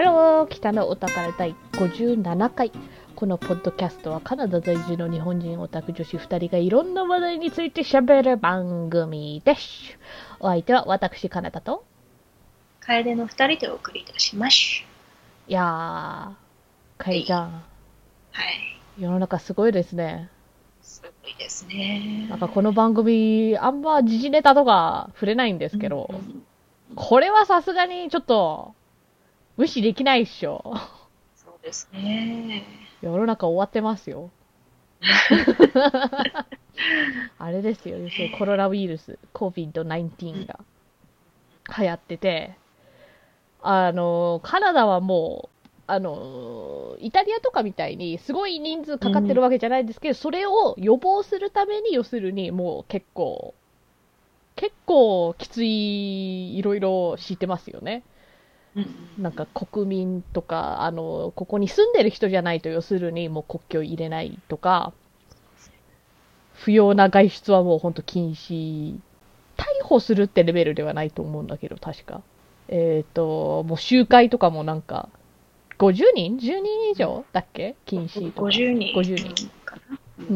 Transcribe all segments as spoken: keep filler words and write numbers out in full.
ハロー、北のお宝第ごじゅうななかい。このポッドキャストはカナダ在住の日本人オタク女子ふたりがいろんな話題について喋る番組です。お相手は私、カナダと楓のふたりでお送りいたします。 いやー、かいちゃん、 はい。 世の中すごいですね。 すごいですね。 なんかこの番組、あんま時事ネタとか触れないんですけど、うんうん、これはさすがにちょっと、無視できないっしょ。 そうですね。 世の中終わってますよ。あれですよ、コロナウイルス、コビッドナインティーン が流行ってて、あの、カナダはもう、あの、イタリアとかみたいにすごい人数かかってるわけじゃないですけど、うん、それを予防するために、要するにもう結構、結構きつい、いろいろ敷いてますよね。なんか国民とか、あの、ここに住んでる人じゃないと、要するにもう国境入れないとか、不要な外出はもうほんと禁止。逮捕するってレベルではないと思うんだけど、確か。えっと、もう集会とかもなんか、ごじゅうにん ?じゅう 人以上だっけ禁止とか。 ごじゅうにん。 ごじゅうにん。うん。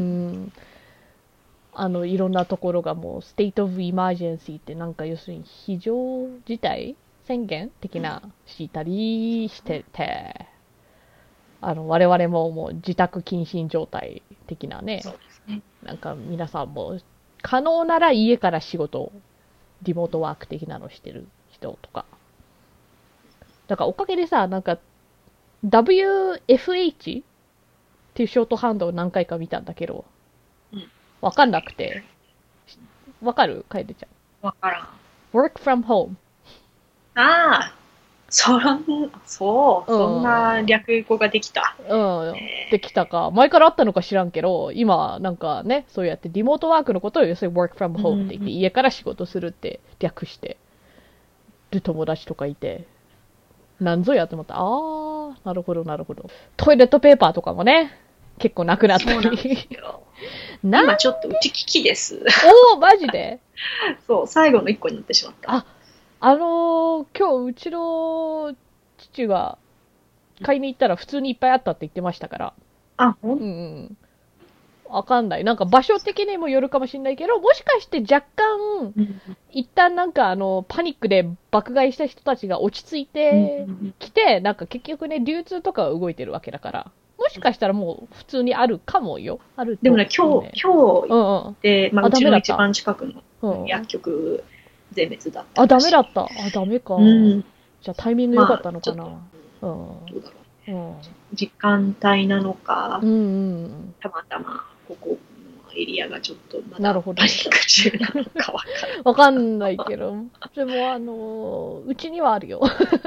あの、いろんなところがもう、ステイトオブイマージェンシーってなんか要するに非常事態宣言的な敷いたりしてて、あの、我々ももう自宅謹慎状態的なね。 そうですね。なんか皆さんも可能なら家から仕事、リモートワーク的なのしてる人とか。だからおかげでさ、なんか ダブリューエフエイチ っていうショートハンドを何回か見たんだけど、わかんなくて。わかる？楓ちゃん。 わからん。 work from home。 ああ、そらん、そう、うん、そんな略語ができた。 うん、できたか。前からあったのか知らんけど、今、なんかね、そうやってリモートワークのことを要するに work from home って言って、うん、家から仕事するって略してる友達とかいて、なんぞやって思った。あー、なるほど、なるほど。トイレットペーパーとかもね、結構なくなったり。そうなんですよ。 今ちょっとうち危機です。 おー、マジでそう、最後の一個になってしまった。 あ、あのー、今日うちの父が買いに行ったら普通にいっぱいあったって言ってましたから。 あ、ほん、 うんうん。わかんない。なんか場所的にもよるかもしれないけど、もしかして若干、一旦なんかあの、パニックで爆買いした人たちが落ち着いてきて、なんか結局ね、流通とかは動いてるわけだから、もしかしたらもう普通にあるかもよ。あると、ね。 でもね、今日、今日行って、うんうん、まあ、うちの一番近くの薬局全滅だった。 あ、ダメだった。あ、ダメか。うん、じゃあタイミング良かったのかな。まあ、 うん。どうだろう、ね。うん、時間帯なのか、うんうん、たまたまここのエリアがちょっとまだパニック中なのかわからない。 わかんないけど、でもあのうちにはあるよ。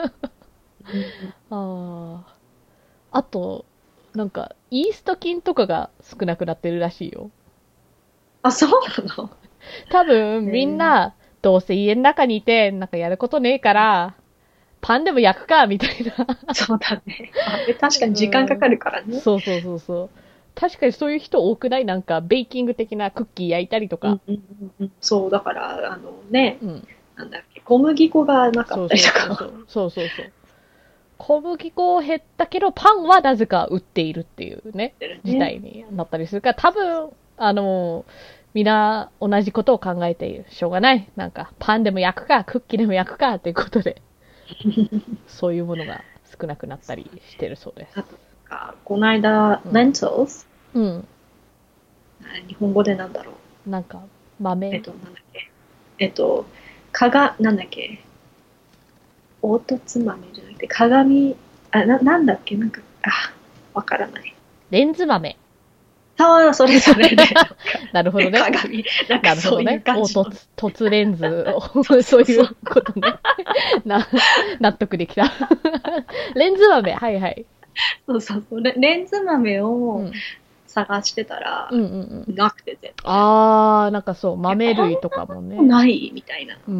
ああとなんかイースト菌とかが少なくなってるらしいよ。 あ、そうなの？ 多分みんなどうせ家の中にいてなんかやることねえからパンでも焼くかみたいな。 そうだね。あれ確かに時間かかるからね。 うん、そうそうそうそう。確かにそういう人多くない？なんかベーキング的なクッキー焼いたりとか。 うんうんうん、そうだからあのね、うん、なんだっけ、小麦粉がなかったりとか。 そうそうそうそう。小麦粉減ったけどパンはなぜか売っているっていうね、ね事態になったりするから、多分あのみんな同じことを考えている。しょうがない。なんかパンでも焼くかクッキーでも焼くかっていうことで。そういうものが少なくなったりしてるそうです。 あとかこの間、うん、lentils、うん、日本語でなんだろう。なんか豆。 えっとなんだっけ。えっとかがなんだっけ。凹凸豆じゃなくて鏡あななんだっけなんかあわからない。 レンズ豆。 ああ、それそれね。 なるほどね。 鏡。なんかそういう感じの。 なるほどね。凸レンズを、そういうことね。な、納得できた。レンズ豆、はいはい。 そうそうそう。レ, レンズ豆を探してたら、うんうんうん、なくて絶対。 あー、なんかそう、豆類とかもね。 ないみたいな。うん、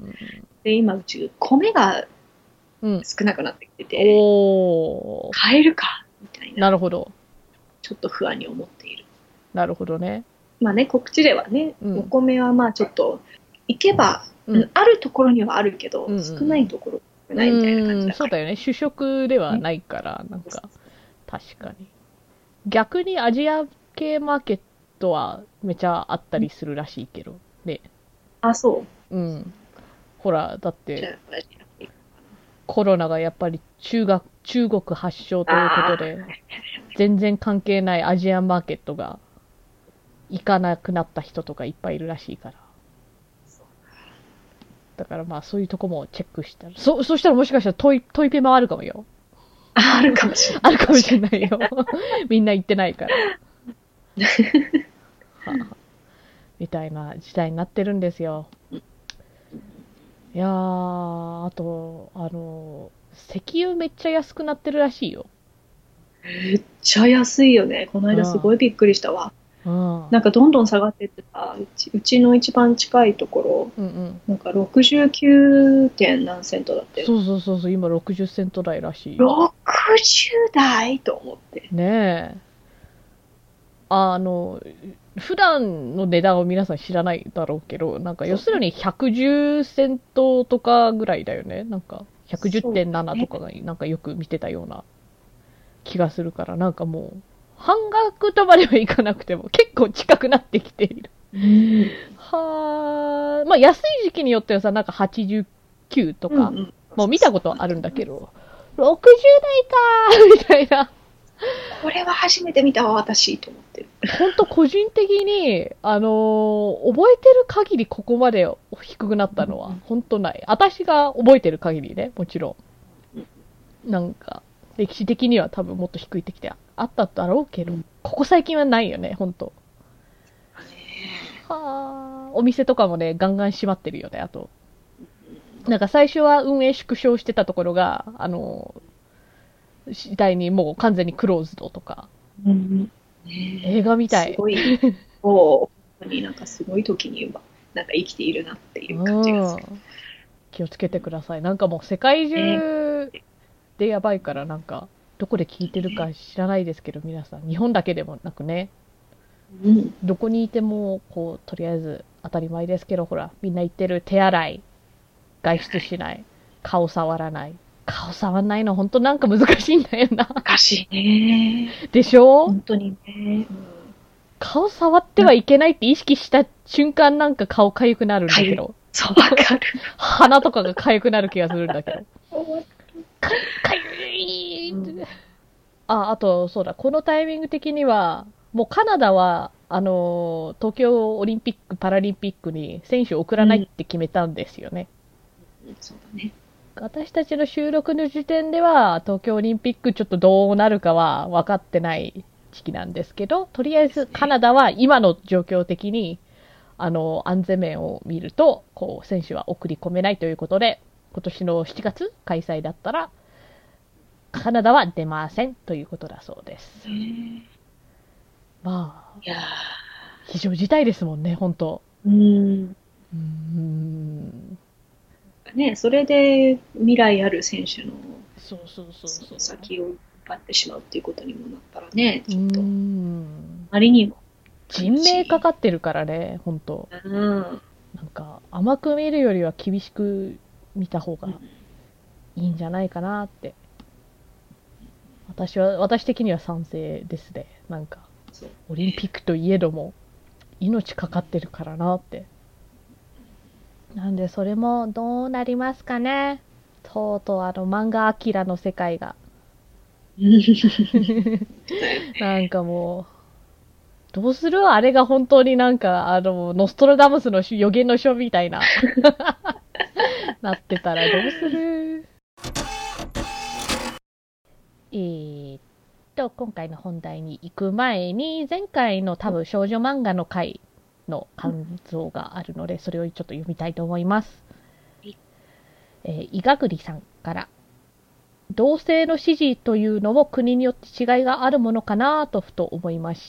で、今うち、米が少なくなってきてて、うん、お買えるかみたいな。 なるほど。 ちょっと不安に思っている。 なるほどね。 まあね、こっちではね、うん、お米はまあちょっと、行けば、うん、あるところにはあるけど、うんうん、少ないところくないみたいな感じうん、 だから。 そうだよね。主食ではないから、なんか、確かに。逆にアジア系マーケットはめちゃあったりするらしいけど、ね。 あ、そう。 うん。ほら、だってじゃあ、やっぱり。 コロナがやっぱり中学、中国発祥ということああ、 で、全然関係ないアジアンマーケットが行かなくなった人とかいっぱいいるらしいから。だからまあそういうとこもチェックしたら。そ、そしたらもしかしたらトイ、トイペもあるかもよ。 あるかもしれない。 あるかもしれないよ。みんな行ってないから。はあ、みたいな時代になってるんですよ。いやー、あと、あの、石油めっちゃ安くなってるらしいよ。 めっちゃ安いよね。この間すごいびっくりしたわ。 うん。 なんかどんどん下がってってさ、うちうちの一番近いところ、 うんうん。 なんかろくじゅうきゅうてん何セントだってよ。 そうそうそうそう、今ろくじゅっセント台らしい。 ろくじゅう台と思って。 ねえ。あの、普段の値段を皆さん知らないだろうけど、なんか要するにひゃくじゅうセントとかぐらいだよね。なんかひゃくじゅってんななとかがなんかよく見てたような気がするから、なんかもう半額とまではいかなくても結構近くなってきている。 うん。 はー、まあ安い時期によってはさ、なんかはちじゅうきゅうとか、 うんうん、 もう見たことあるんだけど、ろくじゅう台かーみたいな。 これは初めて見たわ、私、と思ってる。 ほんと個人的に、あのー覚えてる限りここまで低くなったのは、ほんとない。私が覚えてる限りね、もちろん。なんか、歴史的には多分もっと低い時であっただろうけど、ここ最近はないよね、ほんと。はあ、お店とかもね、ガンガン閉まってるよね、あと。なんか最初は運営縮小してたところが、あのー、次第にもう完全にクローズドとか。 うんね、 映画みたい。 すごい、こう、本当になんかすごい時には、なんか生きているなっていう感じがする。 うん。気をつけてください。なんかもう世界ね、 中でやばいからなんか、どこで聞いてるか知らないですけど、皆さん。日本だけでもなくね、 うん、 どこにいても、こう、とりあえず当たり前ですけど、ほら、みんな言ってる手洗い、外出しない、顔触らない。顔触んないの本当なんか難しいんだよな。 難しいね。 でしょ？ 本当にね。うん、 顔触ってはいけないって意識した瞬間なんか顔痒くなるんだけど。 そう、わかる。 鼻とかが痒くなる気がするんだけど。か、かゆい、 うん、 あ、あと、そうだ、このタイミング的には、もうカナダは、あのー、東京オリンピック・パラリンピックに選手を送らないって決めたんですよね。 うん、そうだね。 私たちの収録の時点では、東京オリンピックちょっとどうなるかは分かってない時期なんですけど、とりあえずカナダは今の状況的に、あの、安全面を見ると、こう、選手は送り込めないということで、今年のしちがつ開催だったら、カナダは出ませんということだそうです。 ね、 まあ、 いや非常事態ですもんね、本当。 ー、うん。 うーん。 ね、それで未来ある選手のそうそうそうそのそう。 先を奪ってしまうっていうことにもなったらね、 うーちょっと、あん。 まりにも人命かかってるからね、本当。 うん。 なんか、甘く見るよりは厳しく見た方がいいんじゃないかなって。私は、私的には賛成ですね。なんか、 そう。 オリンピックといえども、命かかってるからなって。なんで、それもどうなりますかね。とうとうあの漫画アキラの世界が。なんかもう、どうするあれが本当になんか、あの、ノストラダムスの予言の書みたいな、なってたらどうする？えーっと、今回の本題に行く前に、前回の多分少女漫画の回の感想があるので、それをちょっと読みたいと思います。えー、伊賀栗さんから、同性の支持というのも国によって違いがあるものかなとふと思いました。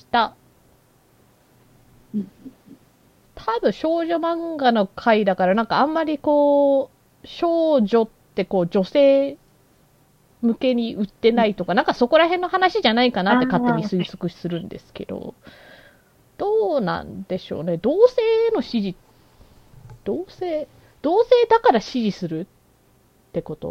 多分少女漫画の回だからなんかあんまりこう、少女ってこう女性向けに売ってないとか、なんかそこら辺の話じゃないかなって勝手に推測するんですけど、どうなんでしょうね。同性への支持、同性、同性だから支持するってこと？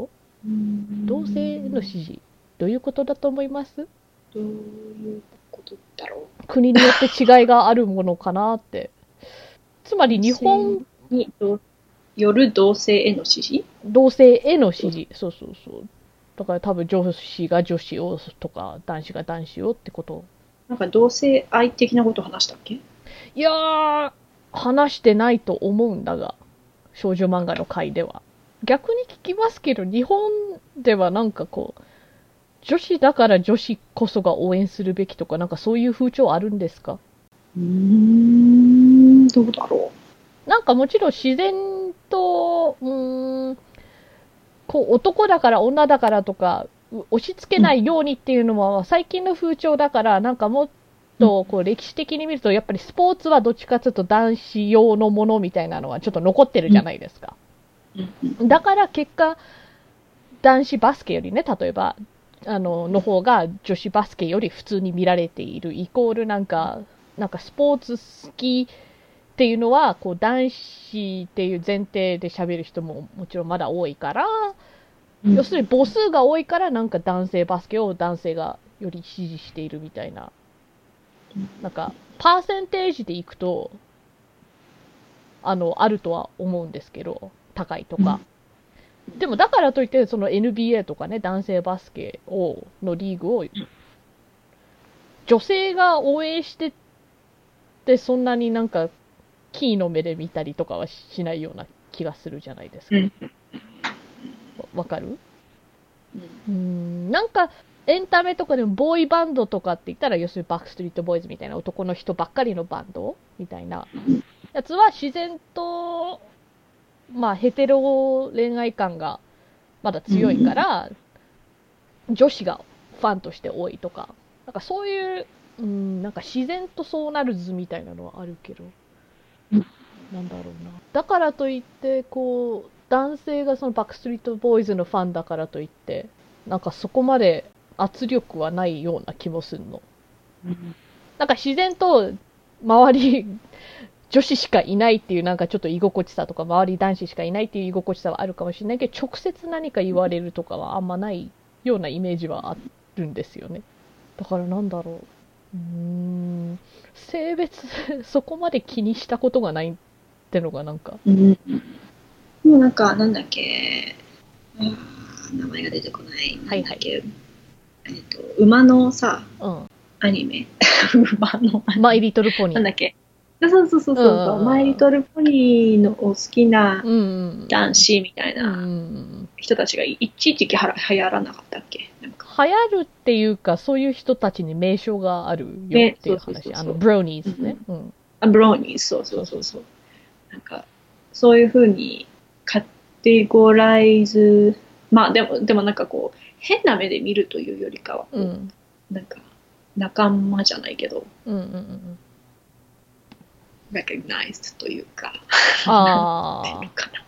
うーん同性への支持、どういうことだと思います？ どういうことだろう。 国によって違いがあるものかなって。つまり日本、 による同性への支持。 同性への支持。そうそうそう。だから多分女子が女子をとか、男子が男子をってこと。 なんか同性愛的なことを話したっけ？ いやー、話してないと思うんだが、少女漫画の回では。逆に聞きますけど、日本ではなんかこう、女子だから女子こそが応援するべきとか、なんかそういう風潮あるんですか？ うーん、どうだろなんかもちろん自然と、うーん、こう男だから女だからとか、押し付けないようにっていうのは最近の風潮だから、なんかもっとこう歴史的に見ると、やっぱりスポーツはどっちかというと男子用のものみたいなのはちょっと残ってるじゃないですか。 う。 だから結果、男子バスケよりね、例えば、あの、の方が女子バスケより普通に見られている、イコールなんか、なんかスポーツ好きっていうのは、こう男子っていう前提で喋る人ももちろんまだ多いから、 うん、 要するに母数が多いからなんか男性バスケを男性がより支持しているみたいな、なんかパーセンテージでいくと、あの、あるとは思うんですけど、高いとか。でもだからといってその エヌビーエー とかね、男性バスケをのリーグを女性が応援してってそんなになんかキーの目で見たりとかはしないような気がするじゃないですか。わかる？うーん、なんかエンタメとかでもボーイバンドとかって言ったら、要するにバックストリートボーイズみたいな男の人ばっかりのバンドみたいなやつは自然と、まあヘテロ恋愛感がまだ強いから、女子がファンとして多いとか、なんかそういう、うん、なんか自然とそうなる図みたいなのはあるけど、なんだろうな。だからといって、こう、男性がそのバックストリートボーイズのファンだからといって、なんかそこまで圧力はないような気もするの。なんか自然と周り女子しかいないっていうなんかちょっと居心地さとか、周り男子しかいないっていう居心地さはあるかもしれないけど、直接何か言われるとかはあんまないようなイメージはあるんですよね。だからなんだろう。うーん、性別そこまで気にしたことがないってのがなんか。 うん。もうなんか、なんだっけ、あー名前が出てこない。 はいはい。 えっと、馬のさ、 うん。 アニメ。馬のアニメ。 マイリトルポニー。 なんだっけ。そうそうそうそうそう、 うんマイリトルポニーのお好きなうんうん。 男子みたいうんうなん人たちが一時期はら流行らなかったっけ？なんか流行るっていうか、そういう人たちに名称があるよっていうねそうそうそう話。 そうあの、ブローニーズね。うん。 あブローニー、そうそうそうそう。なんか、そういうふうにカテゴライズ、まあでも、でもなんかこう、変な目で見るというよりかはこう、 うん。 なんか、仲間じゃないけど、 うんうんうんうん。 recognized というか、 あなんていうのかな。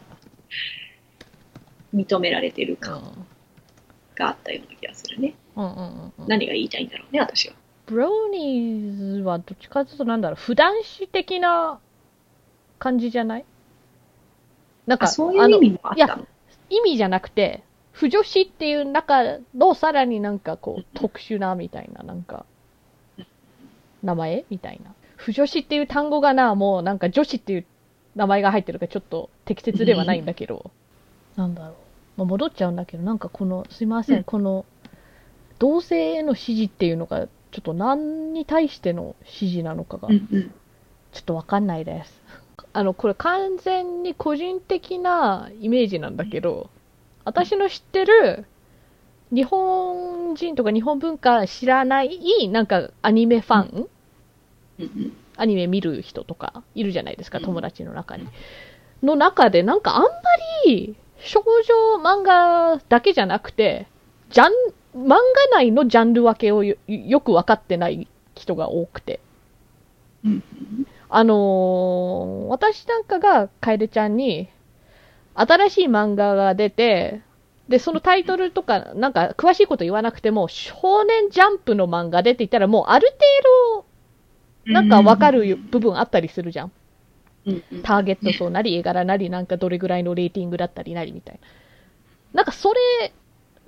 認められてるあ。 感があったような気がするね。 うんうんうんうん。 何が言いたいんだろうね、私は。 ブローニーズはどっちかというとなんだろう、普段子的な感じじゃない？なんか、 あ、そういう意味もあっいやたの。 意味じゃなくて、不女子っていう中のさらになんかこう特殊なみたいな、なんか、名前みたいな。不女子っていう単語がな、もうなんか女子っていう名前が入ってるからちょっと適切ではないんだけど、なんだろう。まあ、戻っちゃうんだけど、なんかこの、すいません、 うんこの、同性への支持っていうのが、ちょっと何に対しての支持なのかが、 うんうん。 ちょっとわかんないです。あの、これ完全に個人的なイメージなんだけど、私の知ってる日本人とか日本文化知らないなんかアニメファン、 うんうんアニメ見る人とかいるじゃないですか、 うん友達の中に。の中でなんかあんまり少女漫画だけじゃなくて、ジャン、漫画内のジャンル分けを よ, よく分かってない人が多くて。 うんうんあのー、私なんかが楓ちゃんに、新しい漫画が出て、で、そのタイトルとか、なんか詳しいこと言わなくても、少年ジャンプの漫画でって言ったら、もうある程度、なんかわかる部分あったりするじゃん。 うんうんターゲット層なり、絵柄なり、なんかどれぐらいのレーティングだったりなりみたいな。なんかそれ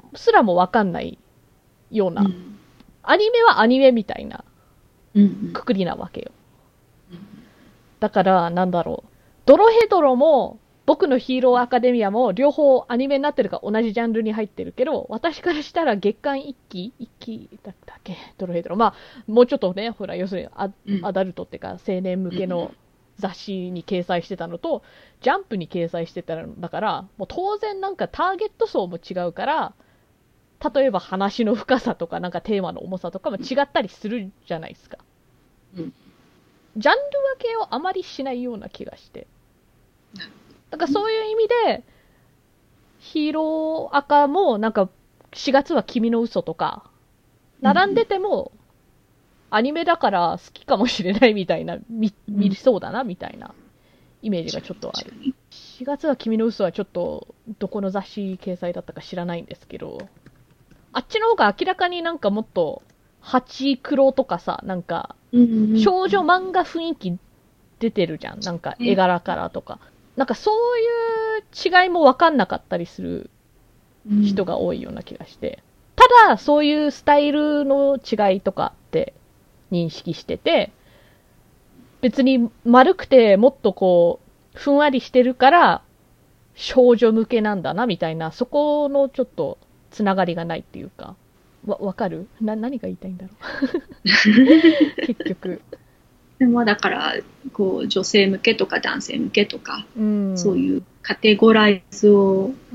すらもわかんないような、 うん。 アニメはアニメみたいなうん。 くくりなわけよ。 うん。 だから、なんだろう。ドロヘドロも、僕のヒーローアカデミアも、両方アニメになってるから同じジャンルに入ってるけど、私からしたら月刊一期一期だったっけドロヘドロ。まあ、もうちょっとね、ほら、要するにア、 うん。 アダルトっていうか、青年向けの雑誌に掲載してたのと、ジャンプに掲載してたのだから、もう当然なんかターゲット層も違うから、例えば話の深さとか、なんかテーマの重さとかも違ったりするじゃないですか。 うん。 ジャンル分けをあまりしないような気がして。だからそういう意味で、ヒーローアカもなんかしがつは君の嘘とか、並んでても、アニメだから好きかもしれないみたいな、見、見そうだなみたいなイメージがちょっとある。しがつは君の嘘はちょっと、どこの雑誌掲載だったか知らないんですけど、あっちの方が明らかになんかもっと、ハチクロとかさ、なんか、少女漫画雰囲気出てるじゃん。なんか絵柄からとか。なんかそういう違いもわかんなかったりする人が多いような気がして。ただ、そういうスタイルの違いとかって認識してて、別に丸くてもっとこう、ふんわりしてるから、少女向けなんだな、みたいな、そこのちょっと、つながりがないっていうか。わ、わかるな、何が言いたいんだろう。結局。 でもだからこう女性向けとか男性向けとか、 うん、 そういうカテゴライズを、 うん、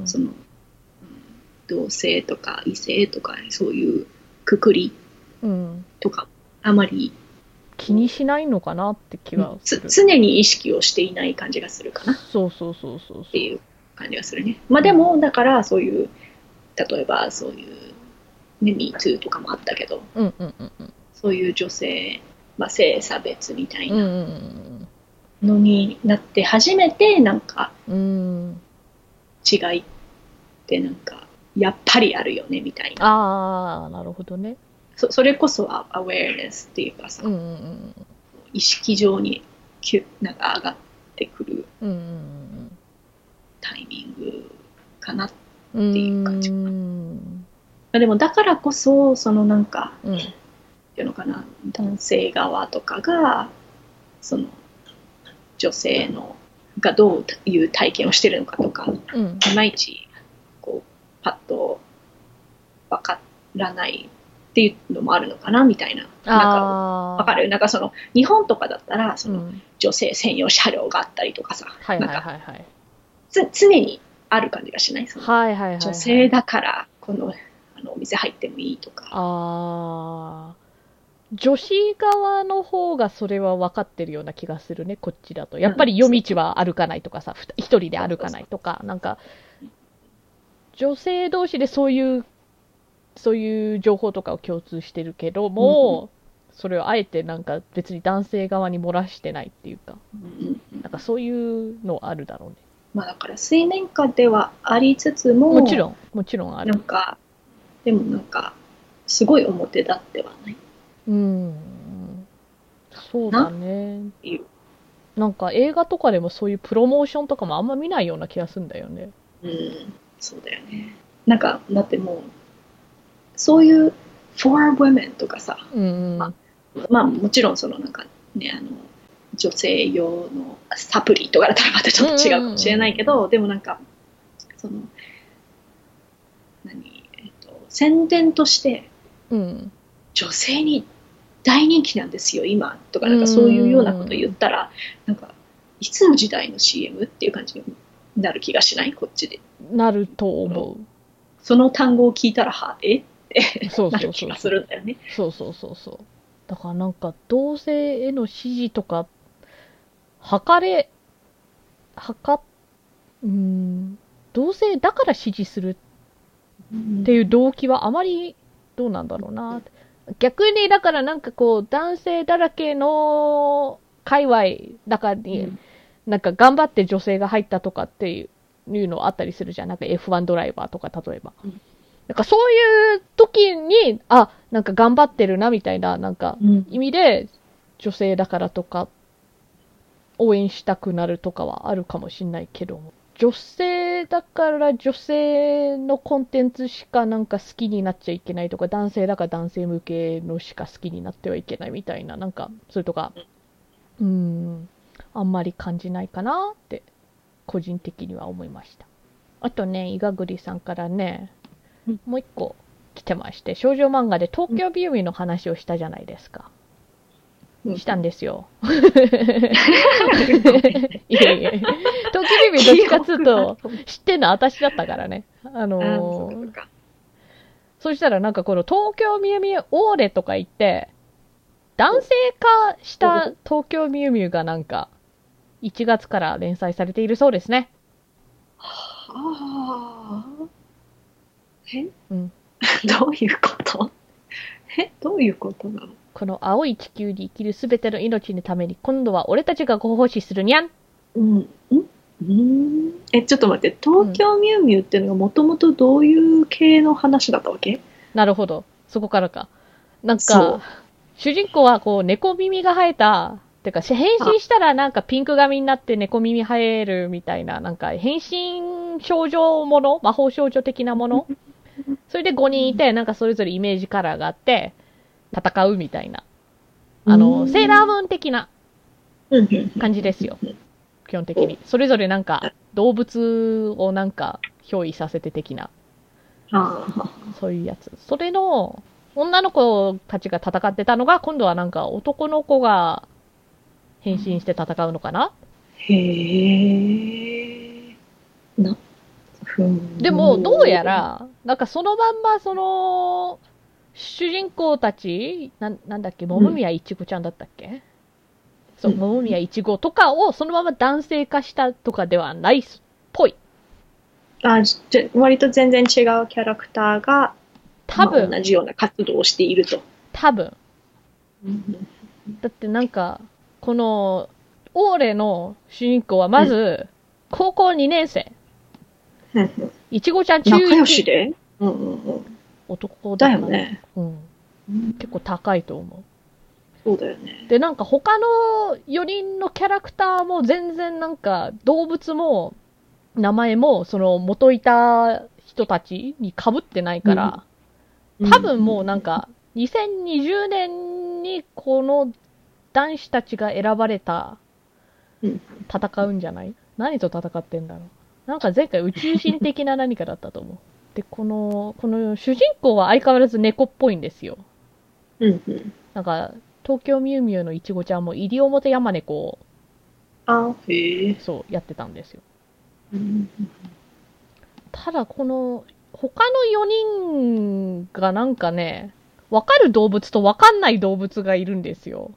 その同性とか異性とかそういうくくりとか、うん、あまり気にしないのかなって気はする。 常に意識をしていない感じがするかな。 そうそうそうそうっていう感じがするね。まあでも、うん、だからそういう例えばそういうね Me Too とかもあったけど、 うんうんうんうん、そういう女性まあ、性差別みたいなのになって初めてなんか違いってなんかやっぱりあるよねみたいな。 ああ、なるほどね。 そ, それこそアウェアネスっていうかさ、うんうんうん、意識上になんか上がってくるタイミングかなっていう感じかな。うん、でもだからこそそのなんか、うん、っていうのかな、男性側とかがその女性のがどういう体験をしてるのかとか、うん、いまいちこうパッと分からないっていうのもあるのかなみたいな。なんか分かる。なんかその日本とかだったらその、うん、女性専用車両があったりとかさ、はいはいはいはい、なんかつ常にある感じがしない？そのはいはいはいはい、女性だからこのあのお店入ってもいいとか。 あ女子側の方がそれは分かってるような気がするね、こっちだと。やっぱり夜道は歩かないとかさ、一人で歩かないとか、なんか、女性同士でそういう、そういう情報とかを共通してるけども、うん、それをあえてなんか別に男性側に漏らしてないっていうか、うん、なんかそういうのあるだろうね。 まあだから水面下ではありつつも、 もちろん、もちろんある。 なんか、でもなんか、すごい表立ってはない。 うん、そうだね。なんか映画とかでもそういうプロモーションとかもあんま見ないような気がするんだよね。 うん、そうだよね。なんか、だってもう、そういう for women とかさ、うんうん、まあ、まあもちろんそのなんかね、あの、女性用のサプリとかだったらまたちょっと違うかもしれないけど、うんうんうん、でもなんか、その、何、えっと、宣伝として、うん、女性に大人気なんですよ今とかなんかそういうようなことを言ったら、なんかいつの時代の シーエム っていう感じになる気がしない？こっちでなると思う。 その単語を聞いたらはえってなる気がするんだよね。 そうそうそうそう。だからなんか同性への支持とか測れ測うん同性だから支持するっていう動機はあまりどうなんだろうな。逆にだからなんかこう男性だらけの界隈中に、うん、なんか頑張って女性が入ったとかっていうのあったりするじゃん。なんか エフワン ドライバーとか例えば、うん、なんかそういう時にあなんか頑張ってるなみたいななんか意味で、うん、女性だからとか応援したくなるとかはあるかもしれないけども、 女性だから女性のコンテンツしかなんか好きになっちゃいけないとか、男性だから男性向けのしか好きになってはいけないみたいな、なんか、それとか、うーん、あんまり感じないかなって、個人的には思いました。あとね、伊賀栗さんからね、もう一個来てまして、少女漫画で東京ビューミーの話をしたじゃないですか。したんですよ。いやいや、東京ビューミーどっちかっつうと、知ってんの私だったからね。あのー、そしたらなんかこの東京ミュウミュウオーレとか言って、男性化した東京ミュウミュウがなんか、いちがつから連載されているそうですね。 はあ。えうん。 どういうことえどういうことなの？ この青い地球に生きるすべての命のために、今度は俺たちがご奉仕するにゃん。 うん。んうんえ、ちょっと待って、東京ミュウミュウっていうのがもともとどういう系の話だったわけ？ なるほど。そこからか。なんか、主人公はこう、猫耳が生えた、てか、変身したらなんかピンク髪になって猫耳生えるみたいな、なんか変身少女もの魔法少女的なものそれでごにんいて、なんかそれぞれイメージカラーがあって、戦うみたいな。あの、セーラームーン的な感じですよ。基本的に。それぞれなんか、動物をなんか、憑依させて的な。そういうやつ。それの、女の子たちが戦ってたのが、今度はなんか男の子が変身して戦うのかな？ へー。な、ふん。 でも、どうやら、なんかそのまんま、その、主人公たち、な、なんだっけ、桃宮いちごちゃんだったっけ、うん、そう、桃宮いちごとかをそのまま男性化したとかではないっぽい。 あ、じゃ、割と全然違うキャラクターが、 多分、 まあ、同じような活動をしていると。 多分。だってなんか、この、オーレの主人公はまず、高校にねん生。いちごちゃん中いち。 仲良しで、うんうんうん、 男だよね、 うん。結構高いと思う。 そうだよね。 で、なんか他のよにんのキャラクターも全然なんか動物も名前もその元いた人たちに被ってないから、うん、多分もうなんかにせんにじゅうねんにこの男子たちが選ばれた戦うんじゃない？何と戦ってんだろう。なんか前回宇宙人的な何かだったと思う。で、この、この主人公は相変わらず猫っぽいんですよ。 うんうん。 なんか、東京ミュウミュウのいちごちゃんも西表山猫を、 あ、へえ。 そう、やってたんですよ。 うん、 ただ、この、他のよにんがなんかね、わかる動物とわかんない動物がいるんですよ。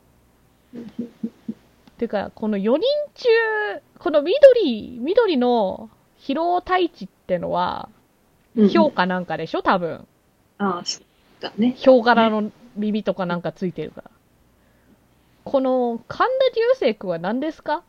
てか、このよにん中、この緑、緑の疲労太一ってのは、評価なんかでしょ、多分。 ああ、そうだね。 ヒョウ柄の耳とかなんかついてるから。この、神田流星君は何ですか？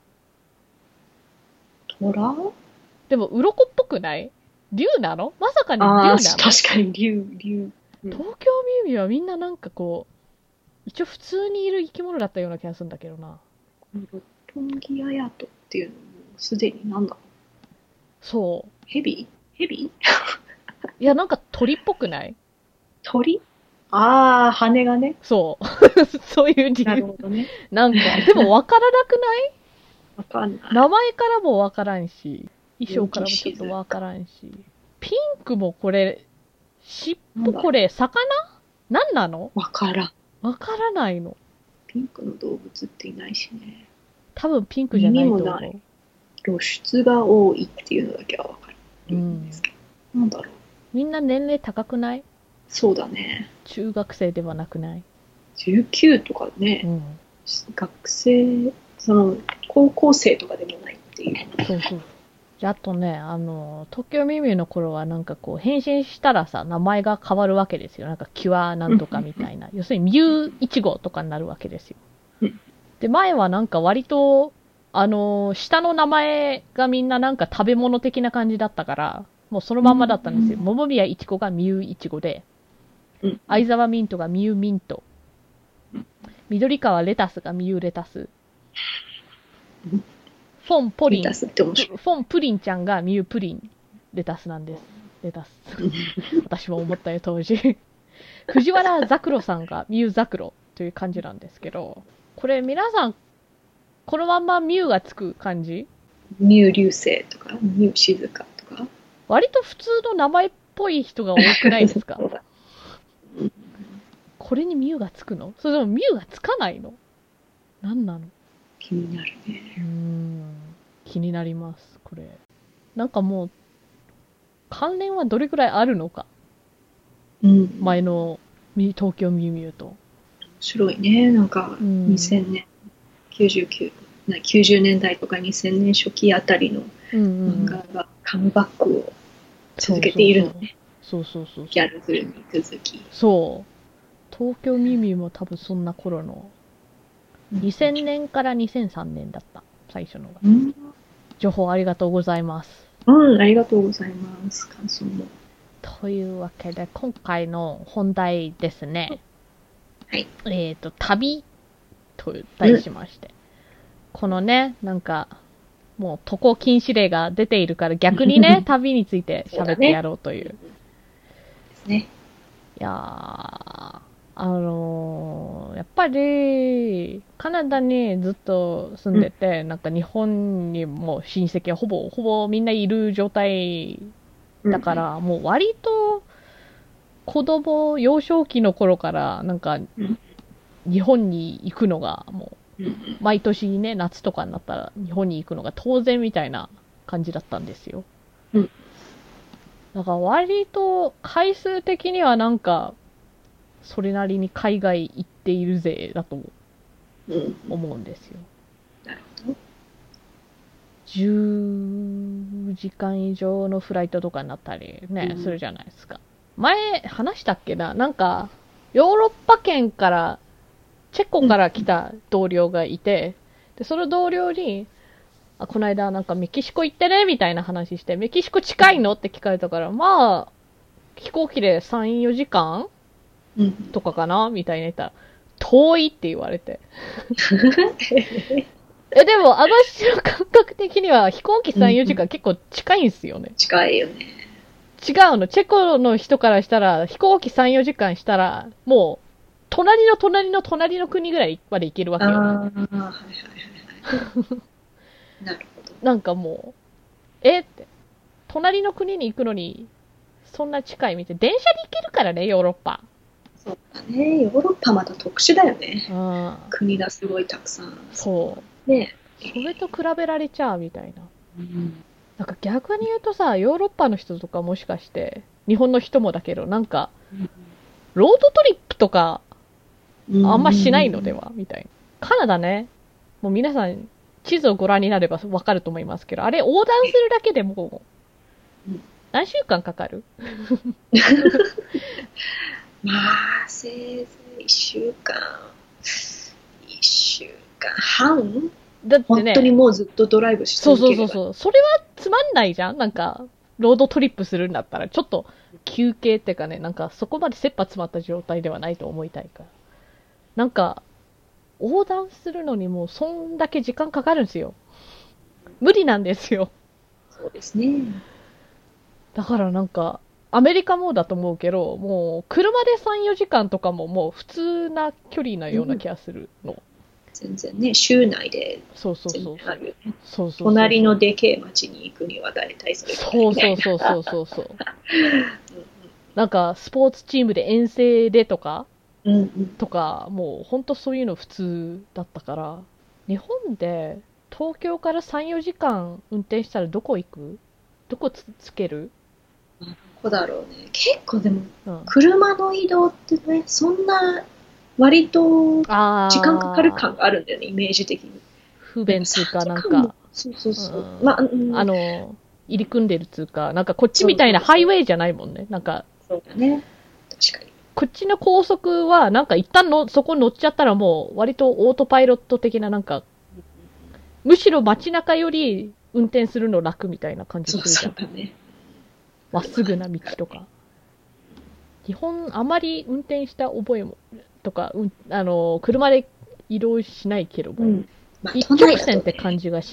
トラ？ でも、鱗っぽくない？竜なの？まさかに竜なの？確かに竜、竜。 うん、東京ミュウミュウはみんななんかこう、一応普通にいる生き物だったような気がするんだけどな。 六本木綾人っていうのもすでになんだ？ そう。 ヘビ？ヘビ？ いや、なんか鳥っぽくない？ 鳥？ああ、羽がね。 そう。そういう理由。 なるほどね。 なんか、でもわからなくない？ わかんない。 名前からもわからんし、衣装からもちょっとわからんし。ピンクもこれ、尻尾これ、魚？何なの？ わからん。 わからないの。 ピンクの動物っていないしね。 多分ピンクじゃないと思う。 ない。露出が多いっていうのだけはわかるんですけど。うん、なんだろう。 みんな年齢高くない？ そうだね。 中学生ではなくない？ じゅうきゅうとかね、うん、学生、その、高校生とかでもないっていう。 そうそう。じゃあとね、あの、東京ミュウミュウの頃はなんかこう、変身したらさ、名前が変わるわけですよ。なんか、キュアなんとかみたいな。要するに、ミュウイチゴとかになるわけですよ。で、前はなんか割と、あの、下の名前がみんななんか食べ物的な感じだったから、もうそのまんまだったんですよ。桃宮いちごがミュウイチゴで、相沢ミントがミュウミント、緑川レタスがミュウレタス、 フォンポリン、 レタスって面白い。 フォンプリンちゃんがミュープリンレタスなんです。レタス。私も思ったよ、当時。藤原ザクロさんがミューザクロという感じなんですけど、これ皆さん、このまんまミューがつく感じ？ ミュー流星とか、ミュー静香とか。 割と普通の名前っぽい人が多くないですか？これにミューがつくの？それともミューがつかないの？何なの？ 気になるね。 うーん、気になります、これ。なんかもう、関連はどれくらいあるのか。 うん、 前の東京ミュウミュウと。 面白いね。なんか、にせんねん、きゅうじゅうきゅう、きゅうじゅうねんだいとかにせんねん初期あたりの漫画がカムバックを続けているのね。 そうそうそう。 ギャルズルに続き。 そう。東京ミュウミュウも多分そんな頃の。にせんねんからにせんさんねんだった、最初のが。うん、情報ありがとうございます。 うん、ありがとうございます。感想も。 というわけで、今回の本題ですね。 はい。 えっと、旅と題しまして。うん、このね、なんか、もう渡航禁止令が出ているから逆にね、旅について喋ってやろうという。 ですね。 いやー、あのー、やっぱり、カナダにずっと住んでて、うん、なんか日本にも親戚はほぼ、ほぼみんないる状態だから、うん、もう割と、子供、幼少期の頃から、なんか、日本に行くのが、もう、毎年ね、夏とかになったら日本に行くのが当然みたいな感じだったんですよ。 うん。 だから割と、回数的にはなんか、それなりに海外行っているぜだと思うんですよ。 うん、なるほど。 じゅうじかん以上のフライトとかになったりね、うん、するじゃないですか。前話したっけな、なんかヨーロッパ圏からチェコから来た同僚がいて、でその同僚にあこの間なんかメキシコ行ってねみたいな話して、メキシコ近いのって聞かれたから、まあ飛行機でさん、よじかんとかかなみたいに言ったら、遠いって言われて。え、でも、私の感覚的には飛行機さん、よじかん結構近いんすよね。 近いよね。 違うの。チェコの人からしたら、飛行機さん、よじかんしたら、もう、隣の隣の隣の国ぐらいまで行けるわけよ。ああ、はいはいはいはい。なるほど。なんかもう、えって、隣の国に行くのに、そんな近いみたい。電車で行けるからね、ヨーロッパ。 そうだね。ヨーロッパまた特殊だよね。うん、国がすごいたくさん。 そう。ね。それと比べられちゃうみたいな。うん、なんか逆に言うとさ、ヨーロッパの人とかもしかして、日本の人もだけど、なんか、ロードトリップとか、あんましないのではみたいな。カナダね、もう皆さん、地図をご覧になればわかると思いますけど、あれ横断するだけでもう、何週間かかるまあ、せいぜいいっしゅうかん、いっしゅうかんはんだってね。本当にもうずっとドライブし続ければ。 そうそうそうそう。それはつまんないじゃんなんか、ロードトリップするんだったら、ちょっと休憩ってかね、なんかそこまで切羽詰まった状態ではないと思いたいから。なんか、横断するのにもうそんだけ時間かかるんですよ。無理なんですよ。 そうですね。 だからなんか、アメリカもだと思うけど、もう車でさん、よじかんとかももう普通な距離なような気がするの。うん、 全然ね、州内でそうそうそうあるよね。 そうそうそう隣のでけえ町に行くには大体それくらいみたいな。 そうそうそうそうそう。なんかスポーツチームで遠征でとか、うんうん、とか、もう本当そういうの普通だったから、日本で東京からさん、よじかん運転したらどこ行く？どこ つ, つける？ どこだろうね。結構でも、うん、車の移動ってね、そんな割と時間かかる感があるんだよね、イメージ的に。 不便つうか、なんか。 そうそうそう。うん、 まあ、うん、あの、入り組んでるつうか、なんかこっちみたいなハイウェイじゃないもんね。なんか。 そうだね。確かに。 こっちの高速は、なんか一旦の、そこ乗っちゃったらもう、割とオートパイロット的ななんか、むしろ街中より運転するの楽みたいな感じするじゃん。そうそうだね。まっすぐな道とか。基本、あまり運転した覚えも、とか、うん、あの、車で移動しないけども、うんまあ、一直線って感じがしない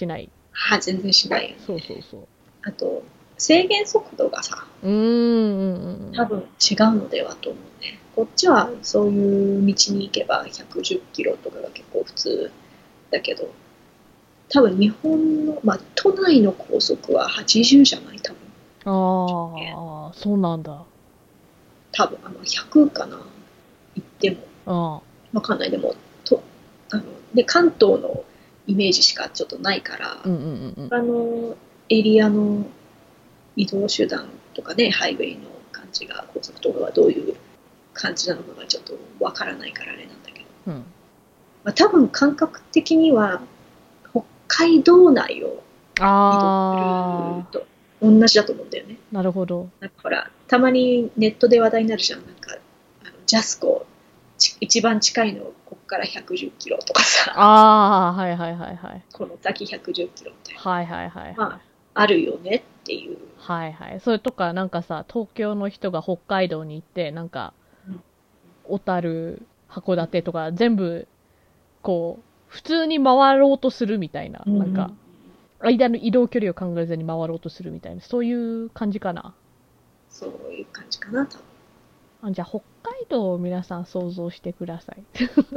あ、全然しないよね。 そうそうそう。 あと、制限速度がさ、 うーん。 多分違うのではと思うね。こっちはそういう道に行けばひゃくじゅっキロとかが結構普通だけど、多分日本の、まあ、都内の高速ははちじゅうじゃない多分。 ああ、そうなんだ。 多分、あの、ひゃくかな行っても。 あわかんない。でも、と、あの、で、関東のイメージしかちょっとないから、 うんうんうんうん。 あの、エリアの移動手段とかね、ハイウェイの感じが、高速道路はどういう感じなのかがちょっとわからないからあれなんだけど、 うん。 まあ、多分感覚的には北海道内を移動すあると同じだと思うんだよね。 あ、なるほど。 なんかほら、たまにネットで話題になるじゃん。なんか、あのジャスコ、一番近いのここからひゃくじゅっキロとかさ、 ああ、はいはいはいはい。 この先ひゃくじゅっキロみたいな。 はいはいはいはい。 まあ、あるよねっていう。 はいはい。それとか、なんかさ、東京の人が北海道に行って、なんか、 うん小樽、函館とか、全部、こう、普通に回ろうとするみたいな、 うんなんか、間の移動距離を考えずに回ろうとするみたいな、そういう感じかな。 そういう感じかな、多分。 あ、じゃあ、北海道を皆さん想像してください。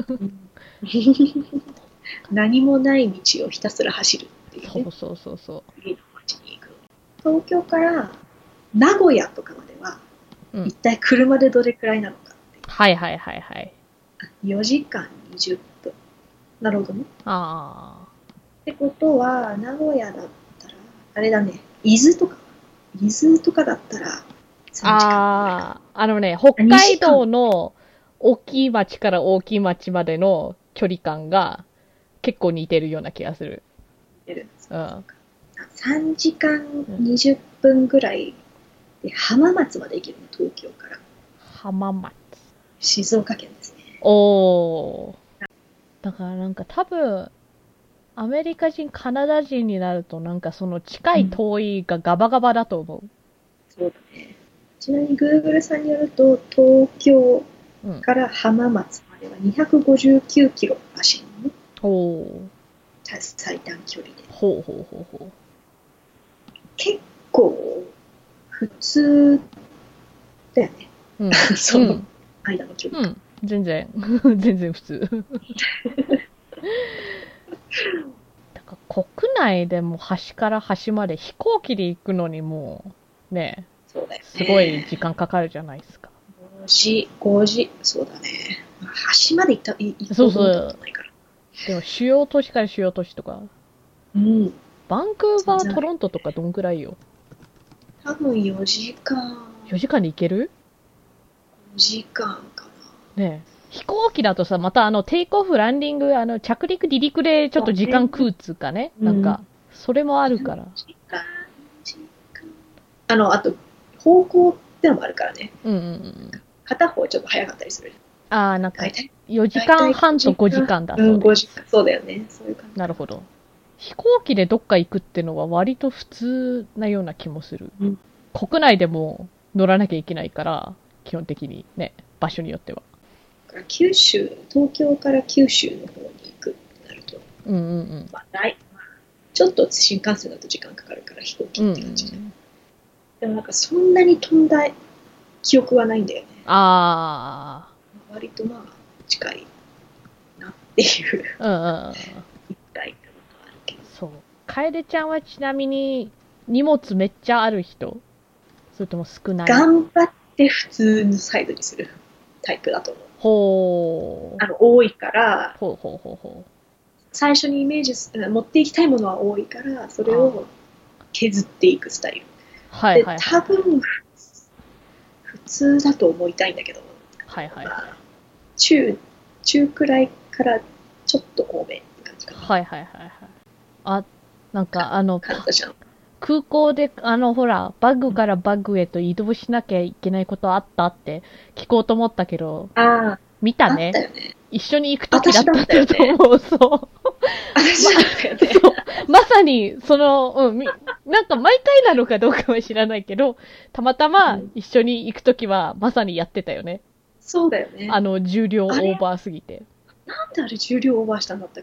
何もない道をひたすら走るっていうね。 そうそうそうそ次の町に行く。東京から名古屋とかまでは、 う。うん。 一体車でどれくらいなのかっていう。 はいはいはいはい。 よじかんにじゅっぷん。なるほどね。 ああ。 ってことは、名古屋だったら、あれだね、伊豆とか、伊豆とかだったらさんじかんぐらいか。 ああ、あのね、北海道の大きい町から大きい町までの距離感が結構似てるような気がする。 出るんですうん。 さんじかんにじゅっぷんぐらいで浜松まで行けるの、東京から。 浜松。 静岡県ですね。 おー。だからなんか多分、アメリカ人、カナダ人になるとなんかその近い遠いがガバガバだと思う。 そうだね。ちなみに Google さんによると、東京から浜松まではにひゃくごじゅうきゅうキロらしいのね。 おー。 最短距離で。 ほうほうほうほう。 結構、普通だよね。 うん。 その間の距離。 うん。全然、全然普通。だから国内でも端から端まで飛行機で行くのにもう、ね、 そうだよね。 すごい時間かかるじゃないですか。 ごじ、ごじ、そうだね。端まで行った、行ったことないから。 でも主要都市から主要都市とか。 うん。 バンクーバー、トロントとかどんくらいよ。 多分よじかん。 よじかんで行ける ? ごじかんかな。ねえ。飛行機だとさ、またあの、テイクオフ、ランディング、あの、着陸、離陸でちょっと時間食うっつうかね。ねなんか、それもあるから。 時間、時間。あの、あと、方向ってのもあるからね。 うんうんうん。 片方ちょっと早かったりする。 ああ、なんか、よじかんはんとごじかんだそうです。 うん、ごじかん。そうだよね。そういう感じ。 なるほど。飛行機でどっか行くってのは割と普通なような気もする。うん、国内でも乗らなきゃいけないから、基本的にね、場所によっては。 九州、東京から九州の方に行くってなると、 うんうんうん。 まあ、ないちょっと新幹線だと時間かかるから飛行機って感じで、うんうん、でもなんかそんなに飛んだ記憶はないんだよね。 ああ。 割とまあ近いなっていう。 うんうんうん。 一回あるけど。 そう。楓ちゃんはちなみに荷物めっちゃある人？それとも少ない？ 頑張って普通のサイズにするタイプだと思う。 ほう。あの多いから。 ほうほうほうほう。最初にイメージ持っていきたいものは多いからそれを削っていくスタイル。 はいはいはい、はい。 で多分普通だと思いたいんだけど。 はいはいはい。まあ、 中中くらいからちょっと多めって感じかな。 はいはいはいはい。あ、なんかあの空港であのほらバッグからバッグへと移動しなきゃいけないことあったって聞こうと思ったけど。 ああ。 見たね。 あったよね。 一緒に行くときだったと思う。そう。 私だったよね。 まさに、その、うん、なんか毎回なのかどうかは知らないけど、たまたま一緒に行くときはまさにやってたよね。 そうだよね。 あの、重量オーバーすぎて。 なんであれ重量オーバーしたんだったっけね。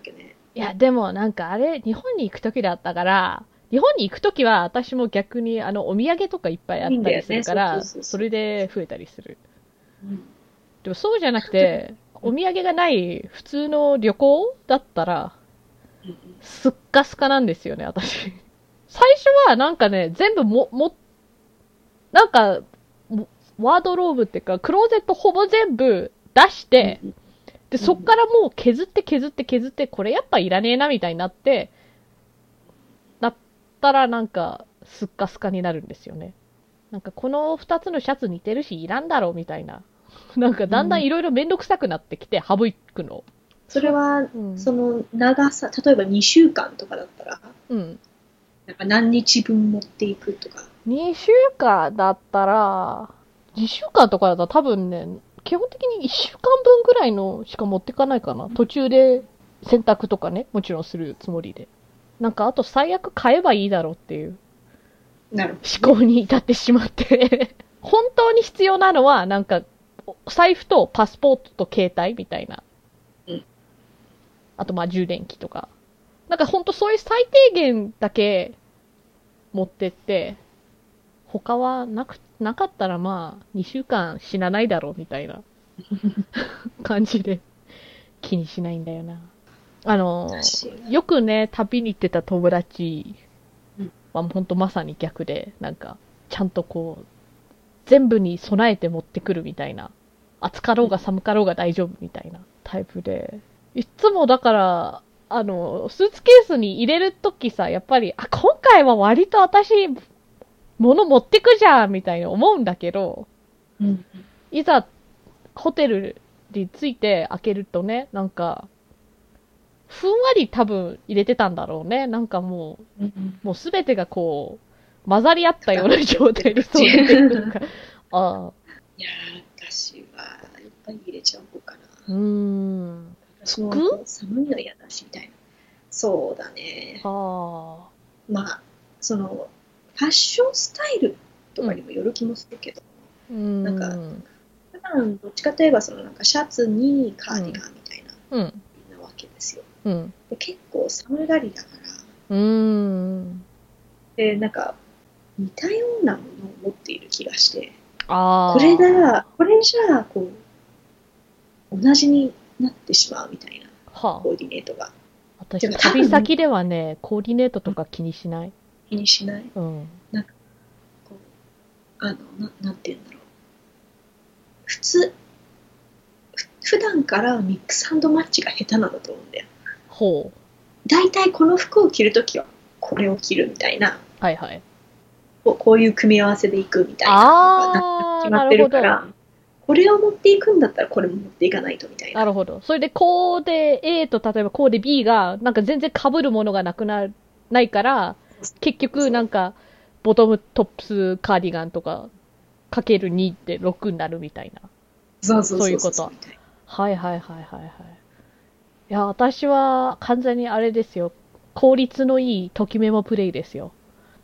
いや、でもなんかあれ、日本に行くときだったから、日本に行くときは私も逆にあのお土産とかいっぱいあったりするから、それで増えたりする。うん、でもそうじゃなくて、お土産がない普通の旅行だったら、すっかすかなんですよね、私。最初はなんかね、全部も、も、なんか、ワードローブっていうか、クローゼットほぼ全部出して、で、そっからもう削って削って削って、これやっぱいらねえなみたいになって、なったらなんか、すっかすかになるんですよね。なんかこの二つのシャツ似てるしいらんだろうみたいな。なんかだんだんいろいろめんどくさくなってきて、省くの。 それは、うん、その長さ、例えばにしゅうかんとかだったら、うん。なんか何日分持っていくとか。 にしゅうかんだったら、にしゅうかんとかだったら多分ね、基本的にいっしゅうかんぶんぐらいのしか持ってかないかな。途中で洗濯とかね、もちろんするつもりで。なんかあと最悪買えばいいだろうっていう思考に至ってしまって本当に必要なのはなんか財布とパスポートと携帯みたいな。うん、あとまあ充電器とか。なんかほんとそういう最低限だけ持ってって、他はなく、なかったらまあにしゅうかん死なないだろうみたいな感じで気にしないんだよな。あの、よくね、旅に行ってた友達はほんとまさに逆で、なんか、ちゃんとこう、全部に備えて持ってくるみたいな。暑かろうが寒かろうが大丈夫みたいなタイプで。いつもだから、あの、スーツケースに入れるときさ、やっぱり、あ、今回は割と私、物持ってくじゃんみたいに思うんだけど、うん、いざ、ホテルに着いて開けるとね、なんか、ふんわり多分入れてたんだろうね。なんかもう、うん、もうすべてがこう、混ざり合ったような状態でそう出てくるか。 ああ。いやー、私は、やっぱり入れちゃおうかな。うーん。私も寒いの嫌だし、みたいな。そうだね。ああ。まあ、その、ファッションスタイルとかにもよる気もするけど、うん、なんか、普段どっちかといえば、そのなんかシャツにカーディガンみたいな、うん、なわけですよ。うん、で結構寒がりだから、うん、で、なんか、似たようなものを持っている気がして、あこれだ、これじゃあ、こう、同じになってしまうみたいな、はあ、コーディネートが。 私、旅先ではね、コーディネートとか気にしない。 気にしない。うん。なんか、こう、あの、ななんて言うんだろう。普通、普段からミックス&マッチが下手なんだと思うんだよ。ほう。大体この服を着るときはこれを着るみたいな。はいはい。こう、こういう組み合わせでいくみたいなのが決まってるから、これを持っていくんだったらこれも持っていかないとみたいな。 なるほど。それでコーデ A と例えばコーデ B がなんか全然被るものがなくなないから、結局なんかボトムトップスカーディガンとかかけるにってろくになるみたいな。 そうそうそうそう。 そういうこと。はいはいはいはいはい。いや、私は完全にあれですよ。効率のいいときメモプレイですよ。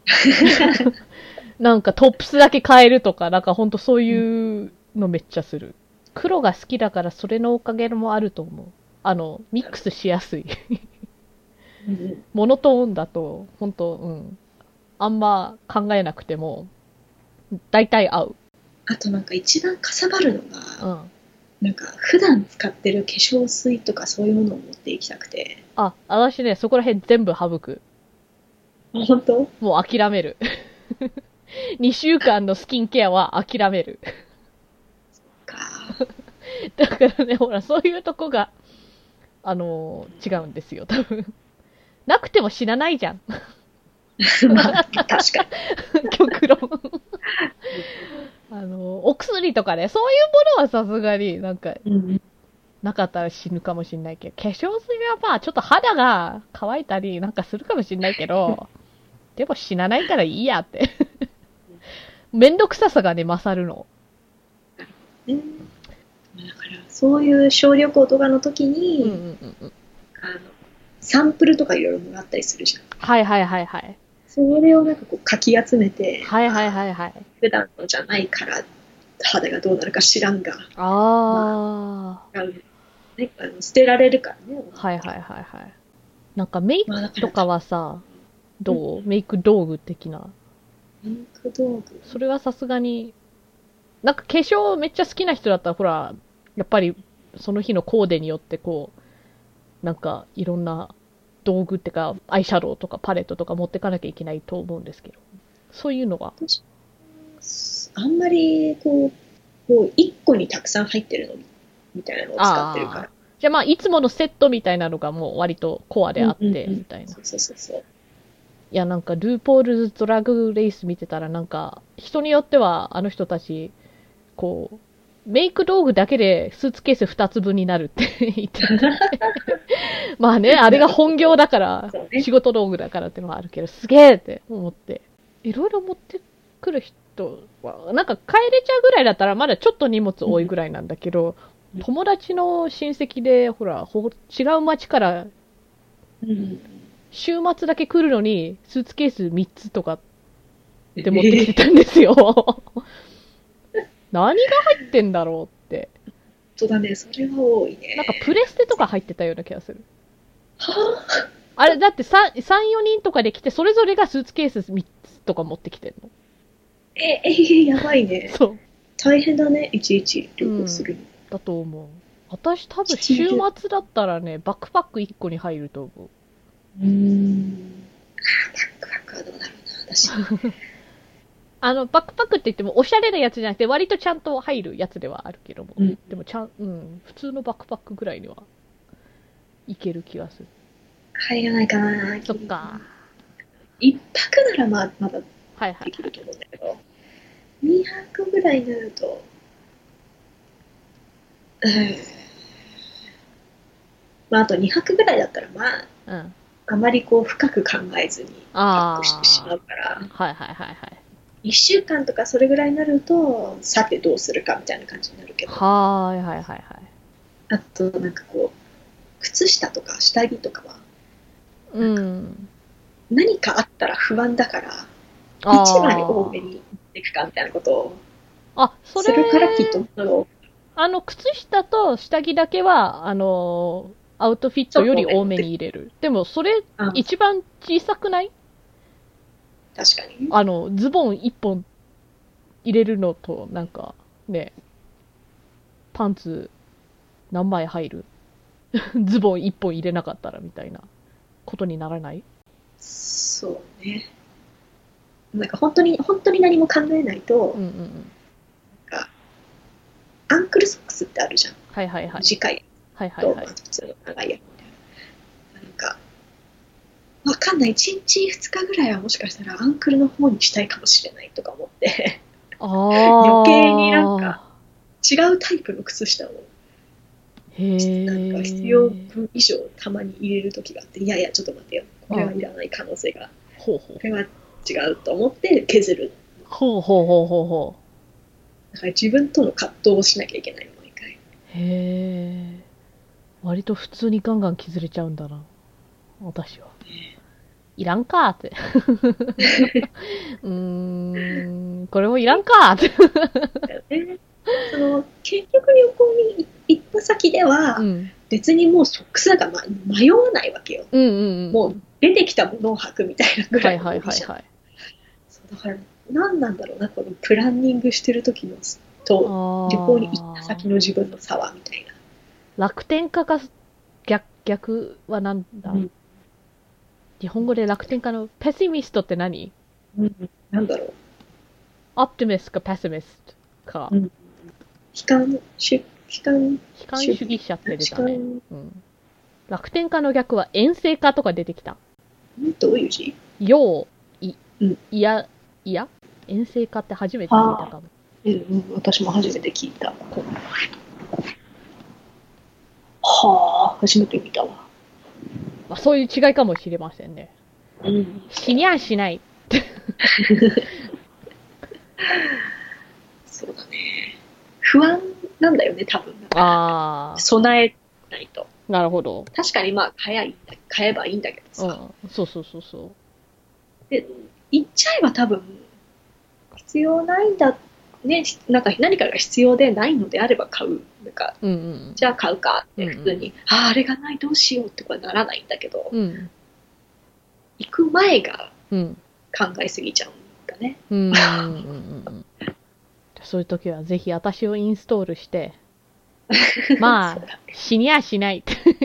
なんかトップスだけ変えるとか、なんかほんとそういうのめっちゃする。黒が好きだからそれのおかげもあると思う。あの、ミックスしやすい。モノトーンだと、ほんと、うん。あんま考えなくても、大体合う。 あとなんか一番かさばるのが、うん、なんか普段使ってる化粧水とかそういうものを持っていきたくて。 あ、私ね、そこら辺全部省く。 本当？ もう諦める。にしゅうかんのスキンケアは諦める。そっか。だからね、ほら、そういうとこが、あのー、違うんですよ、多分。なくても死なないじゃん。 まあ、確かに。 極論。あの、お薬とかね、そういうものはさすがになんか、うん、なかったら死ぬかもしんないけど、化粧水はまあちょっと肌が乾いたりなんかするかもしんないけど、でも死なないからいいやって。めんどくささがね、勝るの。 うん、だから、そういう小旅行とかの時に、うんうんうんうん、あの、サンプルとかいろいろもらったりするじゃん。 はいはいはいはい。それをなんかこうかき集めて、 はいはいはいはい。 普段のじゃないから肌がどうなるか知らんが、あ、まあ、ね、あの捨てられるからね。 はいはいはいはい。 なんかメイクとかはさ、どう、メイク道具的な。 メイク道具それはさすがに、なんか化粧めっちゃ好きな人だったら、ほら、やっぱりその日のコーデによってこう、なんかいろんな道具ってか、アイシャドウとかパレットとか持ってかなきゃいけないと思うんですけど。そういうのが。 あんまりこう、こう一個にたくさん入ってるのみたいなのを使ってるから。 じゃあまあ、いつものセットみたいなのがもう割とコアであって、うんうんうん、みたいな。 そうそうそうそう。 いや、なんか、ルーポールズドラッグレース見てたら、なんか、人によっては、あの人たち、こう、メイク道具だけでスーツケースふたつぶんになるって言ってて。まあね、あれが本業だから、ね、仕事道具だからってのはあるけど、すげえって思って。いろいろ持ってくる人は、なんか帰れちゃうぐらいだったら、まだちょっと荷物多いぐらいなんだけど、うん、友達の親戚で、ほら、ほ違う町から、うん週末だけ来るのに、スーツケースみっつとかって持ってきてたんですよ。えー、何が入ってんだろうって。 そうだね、それは多いね。 なんかプレステとか入ってたような気がする。 はぁあれ、だってさん、よにんとかで来て、それぞれがスーツケースみっつとか持ってきてんの。 え、え、やばいね。 そう。 大変だね、いちいち旅行する、うん。 だと思う。私多分週末だったらね、バックパックいっこに入ると思う。 うーん。バックパックはどうだろうな、私。 あの、バックパックって言ってもおしゃれなやつじゃなくて、割とちゃんと入るやつではあるけども。うん、でもちゃん、うん、普通のバックパックぐらいにはいける気がする。 入らないかな。 そっか。 一泊ならまあ、まだできると思うんだけど、はいはい、にはくぐらいになると、うん。まあ、あとにはくぐらいだったら、まあ、うんあまりこう深く考えずにパックしてしまうから、 はいはいはいはい。 いっしゅうかんとかそれぐらいになると、さてどうするかみたいな感じになるけど。 はいはいはいはい。 あとなんかこう、靴下とか下着とかは、うん、何かあったら不安だから、いちまい多めにいくかみたいなことをあそれするからきっと。 あの、靴下と下着だけは、あのー、アウトフィットより多めに入れる。でも、それ、一番小さくない？ 確かに。 あの、ズボン一本入れるのと、なんか、ね、パンツ何枚入るズボン一本入れなかったらみたいなことにならない？ そうね。なんか本当に、本当に何も考えないと、うんうんうん、なんか、アンクルソックスってあるじゃん。 はいはいはい。 短い。はいはいはい。普通の長いやつ。なんか、わかんない。いちにちふつかぐらいはもしかしたらアンクルの方にしたいかもしれないとか思って、あ余計になんか違うタイプの靴下をなんか必要分以上たまに入れるときがあって、いやいやちょっと待ってよ。これはいらない可能性が。ほうほうこれは違うと思って削る。 ほうほうほうほうほう。だから自分との葛藤をしなきゃいけないの、毎回。へえ。割と普通にガンガン削れちゃうんだな。私は。いらんかーって。うーん、これもいらんかーって。 その結局旅行に行った先では、うん、別にもうソックスなんか、ま、迷わないわけよ、うんうんうん。もう出てきたものを履くみたいなぐらいのじゃん。はいはいはいはい。そうだから何なんだろうな、このプランニングしてる時のと旅行に行った先の自分の差はみたいな。 楽天家か逆逆はなんだ、うん、日本語で楽天家のペシミストって何？ うん、なんだろう。 オプティミストかペシミストか。うん、 悲観主悲観悲観主義者って出たね。うん、楽天家の逆は遠征家とか出てきた。 んどういう字？ よう、い、うん、いや、いや遠征家って初めて聞いたかも。 うん、私も初めて聞いた。はあ、初めて見たわ。 まあ、そういう違いかもしれませんね。うん、死にゃしない。 そうだね。不安なんだよね、多分。ああ。備えないと。 なるほど。 確かにまあ、買えばいいんだ、買えばいいんだけどさ。 うん、そうそうそうそう。 で、行っちゃえば多分、必要ないんだっね、なんか何かが必要でないのであれば買う。なんか、 うんうん、 じゃあ買うかって普通に、うんうん、ああ、あれがないどうしようってはならないんだけど、 うん、 行く前が考えすぎちゃうんだね。 うんうんうんうん、そういう時はぜひ私をインストールして、まあ、死にゃしない。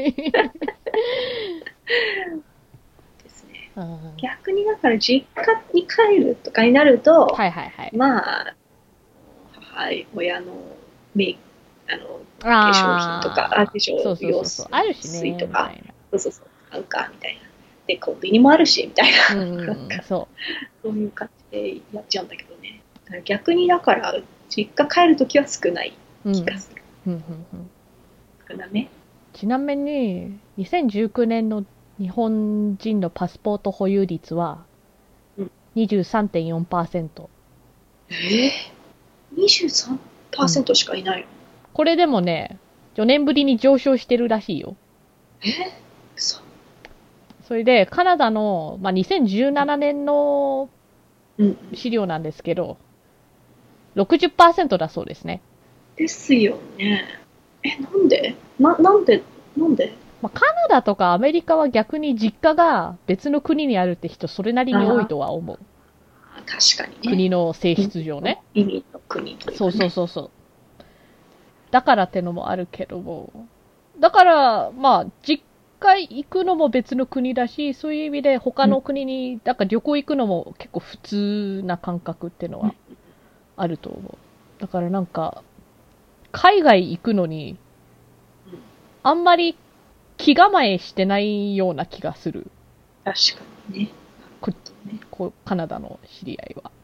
ですね。逆にだから実家に帰るとかになると、はいはいはい、まあ、母親のメイク、あの、化粧品とか、あ、化粧用水とか、そうそうそう、買うか、みたいな。で、コンビニもあるし、みたいな。うんうん、そう。そういう感じでやっちゃうんだけどね。だから逆にだから、実家帰るときは少ない気がする。うんうんうんうん、少なめ。 ちなみに、にせんじゅうきゅうねんの日本人のパスポート保有率は にじゅうさんてんよんパーセント。 うん、えー、にじゅうさんパーセント しかいないの、うん、 これでもね、よねんぶりに上昇してるらしいよ。 えー、そう。 それで、カナダの、まあ、にせんじゅうななねんの資料なんですけど、ろくじゅっパーセント だそうですね。 ですよね。え、なんでな、なんで、なんでまあ、カナダとかアメリカは逆に実家が別の国にあるって人それなりに多いとは思う。 確かにね。 国の性質上ね。 意味の国というか、ね。 そうそうそうそう。だからってのもあるけども。だから、まあ、実家行くのも別の国だし、そういう意味で他の国に、だから旅行行くのも結構普通な感覚っていうのはあると思う。だからなんか、海外行くのに、あんまり気構えしてないような気がする。 確かにね。 ここカナダの知り合いは。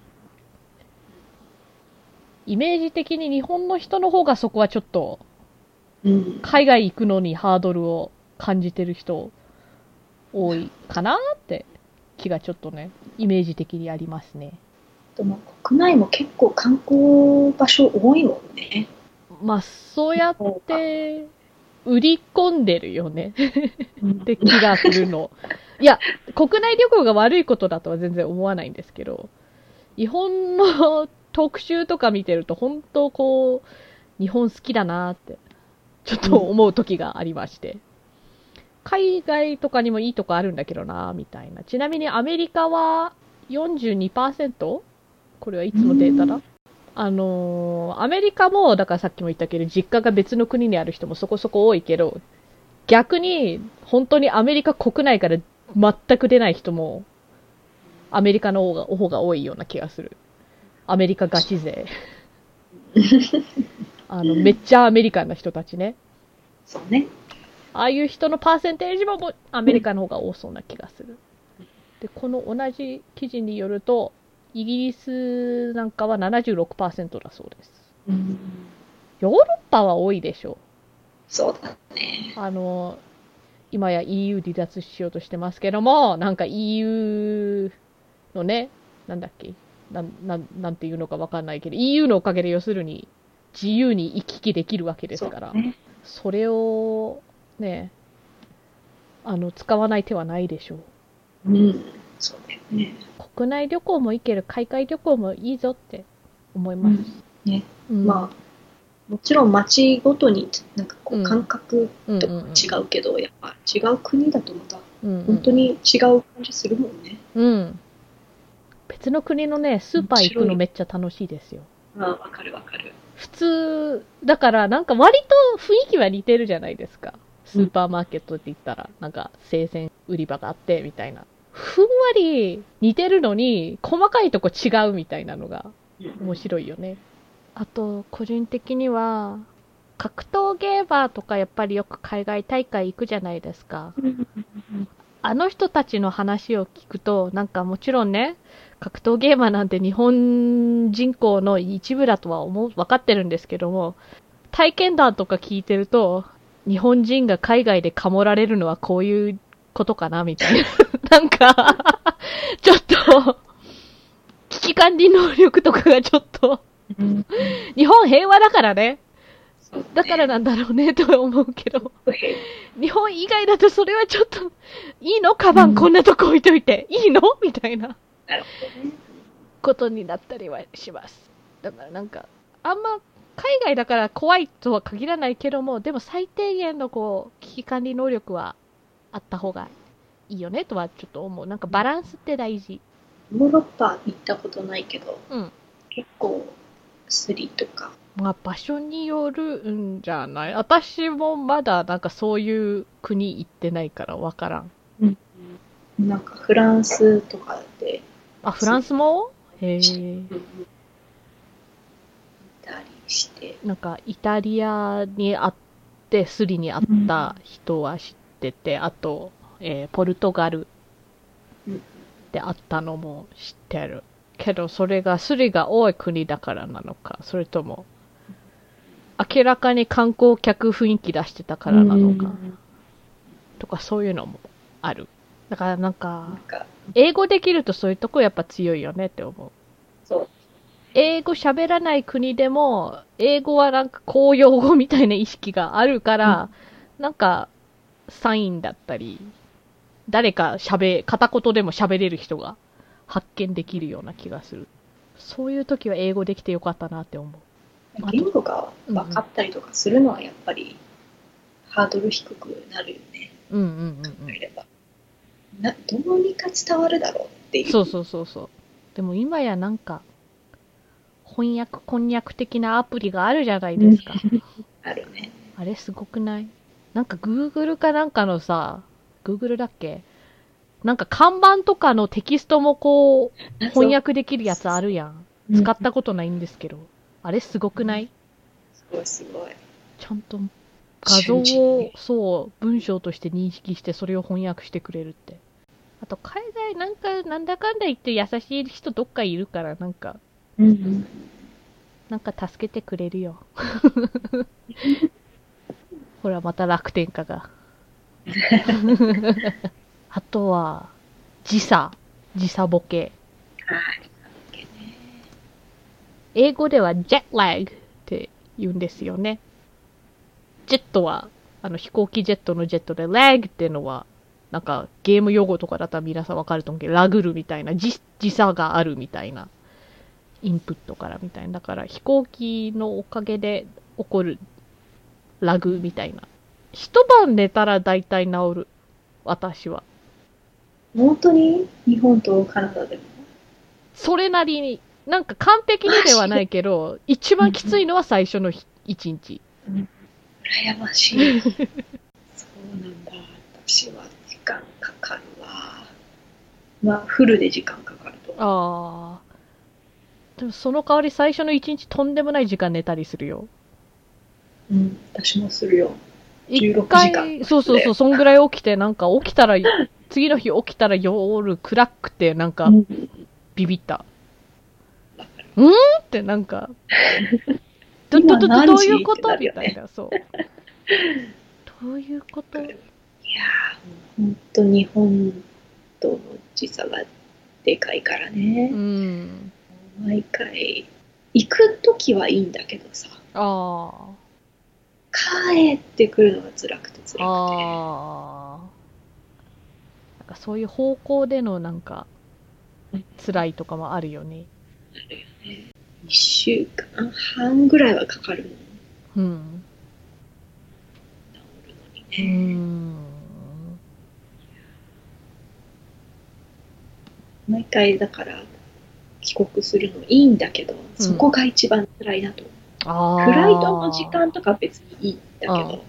イメージ的に日本の人の方がそこはちょっと、海外行くのにハードルを感じてる人多いかなって気がちょっとね、イメージ的にありますね。 でも国内も結構観光場所多いもんね。 まあ、そうやって売り込んでるよねって気がするの。いや、国内旅行が悪いことだとは全然思わないんですけど、日本の特集とか見てると本当こう、日本好きだなってちょっと思う時がありまして。海外とかにもいいとこあるんだけどなみたいな。ちなみにアメリカは よんじゅうにパーセント？ これはいつのデータだ？あのー、アメリカも、だからさっきも言ったけど、実家が別の国にある人もそこそこ多いけど、逆に、本当にアメリカ国内から全く出ない人も、アメリカの方が方が多いような気がする。アメリカガチ勢。あの、めっちゃアメリカンな人たちね。 そうね。 ああいう人のパーセンテージもアメリカの方が多そうな気がする。で、この同じ記事によると、イギリスなんかは ななじゅうろくパーセント だそうです。うん、ヨーロッパは多いでしょう。 そうだね。 あの、今や イーユー 離脱しようとしてますけども、なんか イーユー のね、なんだっけ、な、な、なんていうのかわかんないけど、イーユー のおかげで要するに自由に行き来できるわけですから、 そ,、ね、それをね、あの、使わない手はないでしょう。 うん、そうだよね。 国内旅行も行ける、海外旅行もいいぞって思います。 うん、ね、うん、まあもちろん街ごとになんかこう感覚とか違うけど、うんうんうん、やっぱ違う国だとまた本当に違う感じするもんね。うん、うん、 別の国のねスーパー行くのめっちゃ楽しいですよ。 ああ、わかるわかる。 普通だからなんか割と雰囲気は似てるじゃないですか。スーパーマーケットって言ったら、うん、なんか生鮮売り場があってみたいな。ふんわり似てるのに細かいとこ違うみたいなのが面白いよね。あと個人的には格闘ゲーマーとかやっぱりよく海外大会行くじゃないですか。あの人たちの話を聞くとなんかもちろんね、格闘ゲーマーなんて日本人口の一部だとは思う分かってるんですけども、体験談とか聞いてると日本人が海外でかもられるのはこういうことかなみたいな。なんか、ちょっと、危機管理能力とかがちょっと、日本平和だからね。だからなんだろうね、とは思うけど。日本以外だとそれはちょっと、いいの？カバンこんなとこ置いといて。いいの？みたいな、ことになったりはします。 だからなんか、あんま海外だから怖いとは限らないけども、でも最低限のこう、危機管理能力はあった方がいいよねとはちょっと思う。なんかバランスって大事。 ヨーロッパ行ったことないけど、 うん。 結構、スリとか。 まあ場所によるんじゃない？私もまだなんかそういう国行ってないからわからん。 うん。なんかフランスとかで。 あ、フランスも？へえ。 うんたりして、 なんかイタリアにあってスリにあった人は知ってて、うん、あと、えー、ポルトガルであったのも知ってるけど、それがスリが多い国だからなのか、それとも明らかに観光客雰囲気出してたからなのか、うん、とかそういうのもある。だからなんか英語できるとそういうとこやっぱ強いよねって思う。 そう。 英語喋らない国でも、英語はなんか公用語みたいな意識があるから、うん、なんか、サインだったり、誰か喋、片言でも喋れる人が発見できるような気がする。そういう時は英語できてよかったなって思う。 言語が分かったりとかするのはやっぱり、ハードル低くなるよね。 うんうんうんうん。 などうにか伝わるだろうっていう。 そうそうそうそう。でも今やなんか、翻訳こんにゃく的なアプリがあるじゃないですか。 あるね。 あれすごくない？なんか Google かなんかのさ、Google だっけ？なんか看板とかのテキストもこう、翻訳できるやつあるやん。使ったことないんですけど。あれすごくない？ すごいすごい。 ちゃんと画像を、そう、文章として認識してそれを翻訳してくれるって。あと海外なんか、なんだかんだ言って優しい人どっかいるから、なんか、 うんうん、 なんか助けてくれるよ。ほら、また楽天家が。あとは、時差。時差ボケ。 はい。 英語では jet lag って言うんですよね。ジェットは、あの飛行機ジェットのジェットで、lag っていうのは、なんかゲーム用語とかだったら皆さんわかると思うけど、ラグるみたいな、時差があるみたいな。インプットからみたいな。だから飛行機のおかげで起こるラグみたいな。一晩寝たら大体治る。私は。 本当に？日本とカナダでも？ それなりに。なんか完璧にではないけど、一番きついのは最初の一日。 うん、羨ましい。そうなんだ。私は時間かかるわ。まあ、フルで時間かかると。 ああ。でもその代わり最初の一日とんでもない時間寝たりするよ。 うん、私もするよ。 じゅうろくじかん。そうそうそう、そんぐらい起きて、なんか起きたら、次の日起きたら夜暗くて、なんか、ビビった。うん、んってなんか、ど、ど、ど、どういうことみたいな、そう。どういうこと？いやー、ほんと日本との時差がでかいからね。 うん。 毎回、行くときはいいんだけどさ。 ああ。 帰ってくるのが辛くて辛くて。 ああ。なんかそういう方向でのなんか、辛いとかもあるよね。 あるよね。いっしゅうかんはんぐらいはかかるもん。うん。 治るのにね。うん。毎回だから帰国するのいいんだけど、うん、そこが一番辛いなと。あフライトの時間とか別にいいんだけど、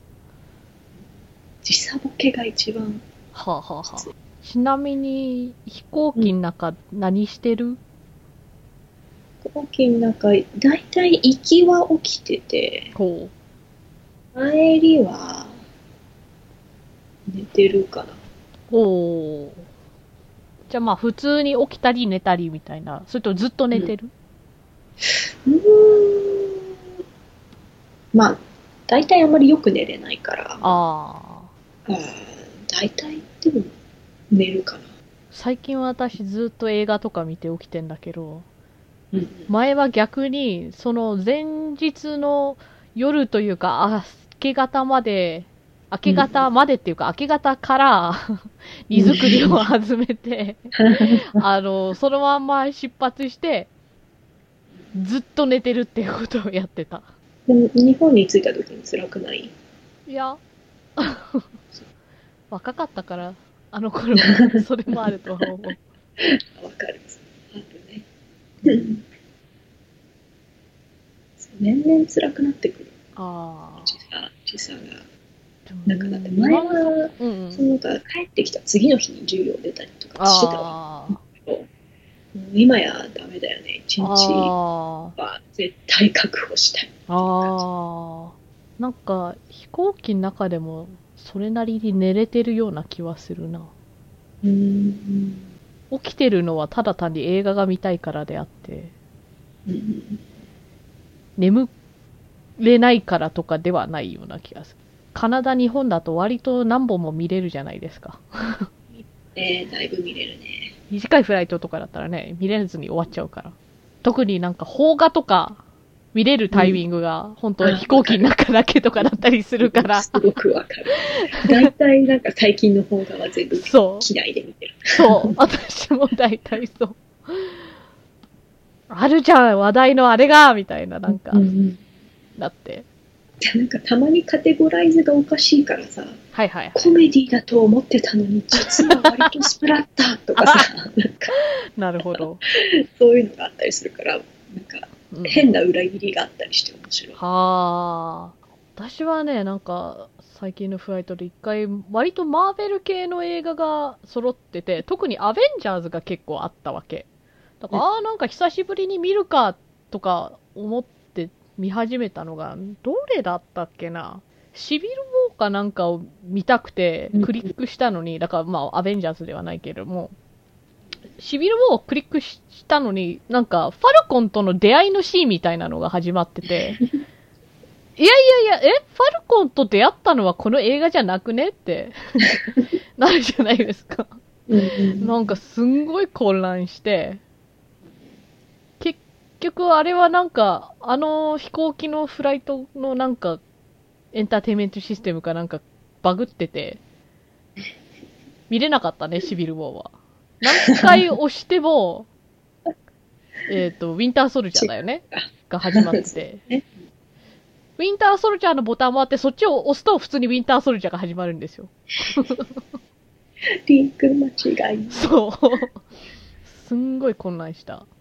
時差ボケが一番はあ、はあはあ、ちなみに飛行機の中何してる？ 飛行機の中だいたい行きは起きてて、ほう帰りは寝てるかな。 おー。じゃあまあ普通に起きたり寝たりみたいな。それとずっと寝てる？ うん、うーんまあ大体あんまりよく寝れないから。ああ。大体でも寝るかな。 最近は私ずっと映画とか見て起きてんだけど、うん、前は逆にその前日の夜というか明け方まで明け方までっていうか、うん、明け方から荷造りを始めてあのそのまんま出発してずっと寝てるっていうことをやってた。 でも日本に着いた時に辛くない？ いや、若かったから、あの頃はそれもあるとは思う。 わかる。あるね。年々辛くなってくる。ああ。時差、時差が。なんかだって前は、うんうん、そのなんか帰ってきた次の日に授業出たりとかしてたわ。今やダメだよね。一日は絶対確保したい。 ああ。なんか飛行機の中でもそれなりに寝れてるような気はするな。うーん。起きてるのはただ単に映画が見たいからであって、うん、眠れないからとかではないような気がする。カナダ、日本だと割と何本も見れるじゃないですか。 えー、だいぶ見れるね。 短いフライトとかだったらね、見れずに終わっちゃうから。特になんか邦画とか見れるタイミングが、うん、本当は飛行機の中だけとかだったりするから。 すごくわかる。大体なんか最近の邦画は全部機内で見てる。 そう。私も大体そう。あるじゃん、話題のあれがみたいな、なんか、うん、だって。 なんかたまにカテゴライズがおかしいからさ、 はいはいはい、 コメディだと思ってたのに実は割とスプラッターとかさなんかなるほどそういうのがあったりするからなんか変な裏切りがあったりして面白い、うん、はあ私はねなんか最近のフライトで一回割とマーベル系の映画が揃ってて特にアベンジャーズが結構あったわけだから、ああなんか久しぶりに見るかとか思って見始めたのがどれだったっけなシビルウォーかなんかを見たくてクリックしたのにだからまあアベンジャーズではないけれどもシビルウォーをクリックしたのになんかファルコンとの出会いのシーンみたいなのが始まってていやいやいやえファルコンと出会ったのはこの映画じゃなくねってなるじゃないですかなんかすんごい混乱して結局あれはなんかあの飛行機のフライトのなんかエンターテインメントシステムかなんかバグってて見れなかったねシビルウォーは何回押してもえっとウィンターソルジャーだよねが始まっててウィンターソルジャーのボタンもあってそっちを押すと普通にウィンターソルジャーが始まるんですよリンク間違いそうすんごい混乱したん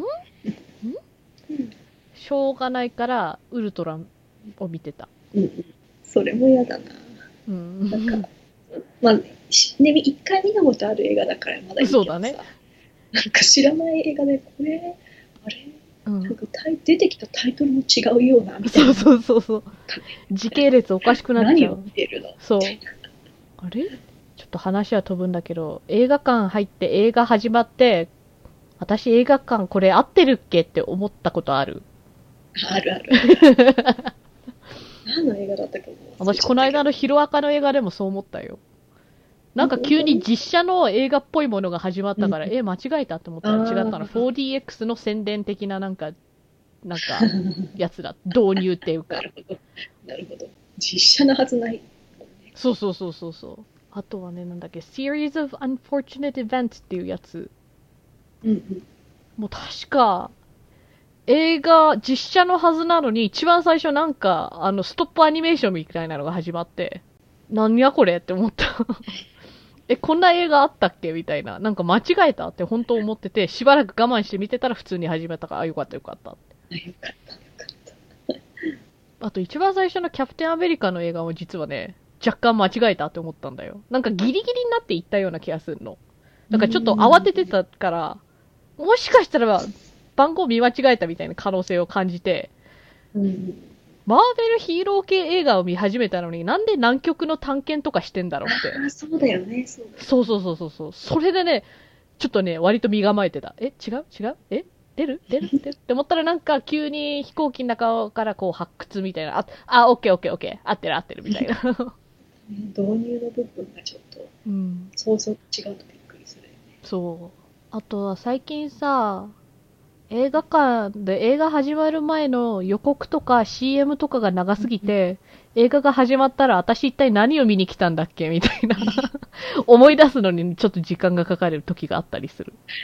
しょうがないからウルトラを見てた、 うん、それも嫌だな、うん、なんかまあね一回見たことある映画だからまだいいけどさそうだねなんか知らない映画でこれあれ、うん、なんか出てきたタイトルも違うようなみたいなそうそうそうそう時系列おかしくなっちゃう何を見てるのそうあれちょっと話は飛ぶんだけど映画館入って映画始まって私映画館これ合ってるっけって思ったことあるあるある何の映画だったかも私この間のヒロアカの映画でもそう思ったよなんか急に実写の映画っぽいものが始まったから、うん、え間違えたって思ったら違ったの フォーディーエックス の宣伝的ななんかなんかやつだ導入っていうかなるほどなるほど実写のはずないそうそうそうそうそうあとはねなんだっけ Series of Unfortunate Events っていうやつうんうん、もう確か映画実写のはずなのに一番最初なんかあのストップアニメーションみたいなのが始まって何やこれって思ったえこんな映画あったっけみたいななんか間違えたって本当思っててしばらく我慢して見てたら普通に始めたからあよかったよかったってよかったよかったあと一番最初のキャプテンアメリカの映画も実はね若干間違えたって思ったんだよなんかギリギリになっていったような気がするのなんかちょっと慌ててたからもしかしたら番号見間違えたみたいな可能性を感じて、うん、マーベルヒーロー系映画を見始めたのになんで南極の探検とかしてんだろうってあそうだよねそうだよねそうそうそうそうそうそれでねちょっとね割と身構えてたえ違う違うえ出る出る出るって思ったらなんか急に飛行機の中からこう発掘みたいなああオッケーオッケーオッケー合ってる合ってるみたいな導入の部分がちょっと、うん、想像と違うとびっくりするよねそうあとは最近さ映画館で映画始まる前の予告とか シーエム とかが長すぎて、うん、映画が始まったら私一体何を見に来たんだっけみたいな思い出すのにちょっと時間がかかる時があったりする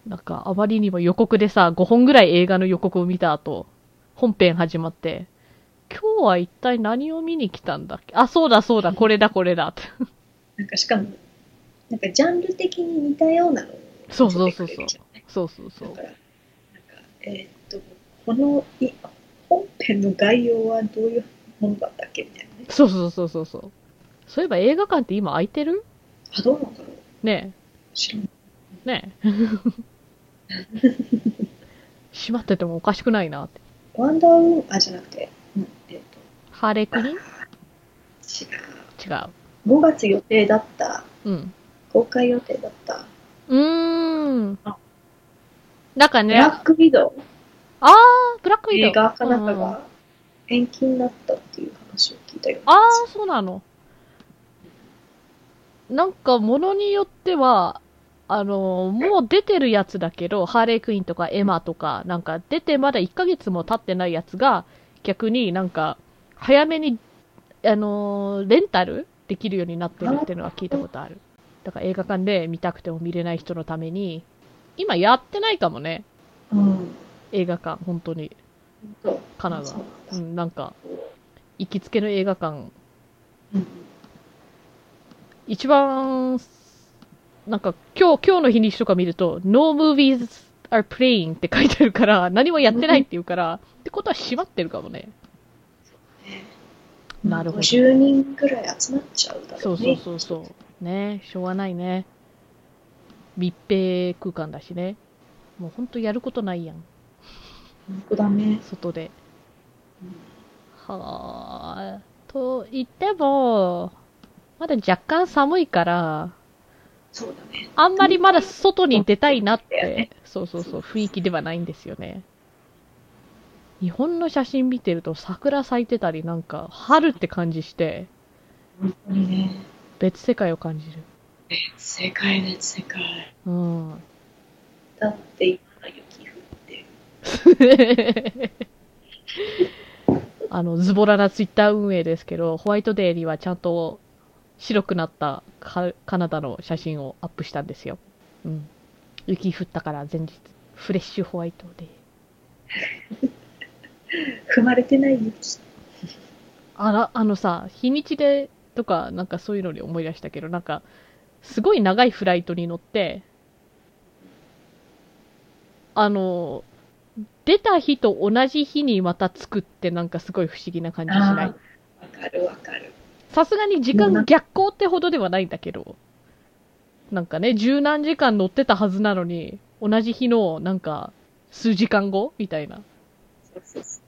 なんかあまりにも予告でさ、ごほんぐらい映画の予告を見た後、本編始まって、今日は一体何を見に来たんだっけ？あ、そうだそうだ、これだこれだって。 なんかしかも、なんかジャンル的に似たようなのを見せてくれるじゃんね。 そうそうそうそう。そうそうそう。 だから、なんか、えー、っと、このい本編の概要はどういうものだったっけみたいなね。 そうそうそうそうそう。そういえば映画館って今空いてる？ あ、どうなんだろう。 ねえ。 知らない。 ねえ。閉まっててもおかしくないなって。 ワンダーウーあ、じゃなくて、うん、えー、っと、 ハーレークイーン？違う。 違う。 違う。 ごがつ予定だった。 うん。 公開予定だった。 うーん。なんかね。 ブラックウィドウ。 あー、ブラックウィドウ。 映画かなんかが延期になったっていう話を聞いたよ。 あー、そうなの。なんか、ものによっては、あの、もう出てるやつだけど、ハーレークイーンとかエマとか、なんか出てまだいっかげつも経ってないやつが、逆になんか、早めに、あのー、レンタルできるようになってるっていうのは聞いたことある。だから映画館で見たくても見れない人のために、今やってないかもね。 うん。 映画館、本当に。カナダ。うん、なんか、行きつけの映画館。 うん、 一番、なんか、今日、今日の日にちとか見ると、No movies are playing って書いてあるから、何もやってないって言うから、ってことは閉まってるかもね。なるほど。 ごじゅうにんぐらい集まっちゃうだろうね。 そうそうそうそう。ね、しょうがないね。密閉空間だしね。もうほんとやることないやん。 本当だね。 外で。うん、はぁ。と言っても、まだ若干寒いから、 そうだね。 あんまりまだ外に出たいなって、そうそうそう、雰囲気ではないんですよね。日本の写真見てると桜咲いてたりなんか春って感じして、 本当にね。 別世界を感じる。 別世界別世界。 うん。 だって今雪降ってる。 あの、ズボラなツイッター運営ですけど、ホワイトデーにはちゃんと白くなったカナダの写真をアップしたんですよ。うん。雪降ったから前日、フレッシュホワイトデー。 踏まれてない雪。 あら、あのさ、日にちでとか、なんかそういうのに思い出したけど、なんか、すごい長いフライトに乗って、あの、出た日と同じ日にまた着くってなんかすごい不思議な感じしない？ わかるわかる。 さすがに時間逆行ってほどではないんだけど、なんかね、十何時間乗ってたはずなのに、同じ日のなんか数時間後みたいな。 そうそうそう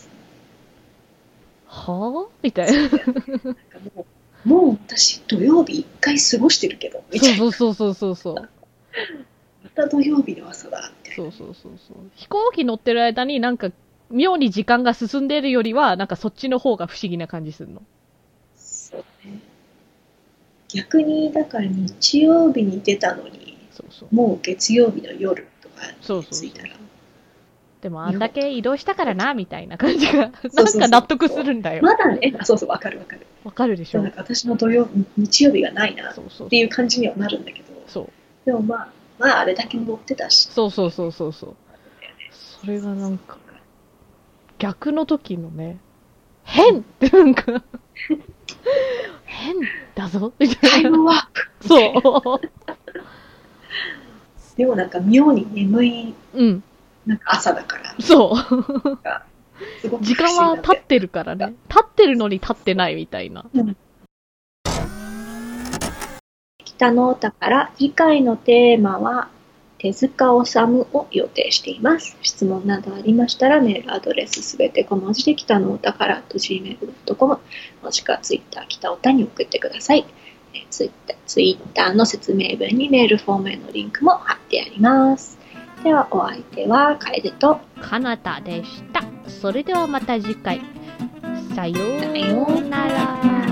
そう。はぁみたいな。なんかもう、もう私土曜日一回過ごしてるけど、みたいな。 そうそうそうそうそう。 また土曜日の朝だ、みたいな。 そうそうそうそう。飛行機乗ってる間になんか、妙に時間が進んでるよりは、なんかそっちの方が不思議な感じするの。 そうね。逆に、だから日曜日に出たのに、 そうそう、 もう月曜日の夜とかに着いたら。 そうそうそう、でもあんだけ移動したからな、みたいな感じが、なんか納得するんだよ。 まだね、あ、そうそう、わかるわかる。 わかるでしょ。 なんか私の土曜、日曜日がないなっていう感じにはなるんだけど、 そう。 でもまあ、まああれだけ乗ってたし。 そうそうそうそうそう。それがなんか、逆の時のね、変ってなんか、変だぞみたいな。 タイムワープそう。 でもなんか妙に眠い、 うん。 なんか朝だから。 そう。すごく時間は経ってるからね。経ってるのに経ってないみたいな。うん、 北のお宝、次回のテーマは、手塚治虫を予定しています。質問などありましたら、メールアドレスすべて小文字で北のお宝 と ジーメールドットコム もしくはツイッター北おたに送ってください。ツイッター、ツイッターの説明文にメールフォームへのリンクも貼ってあります。ではお相手は楓とかなたでした。それではまた次回。さようなら。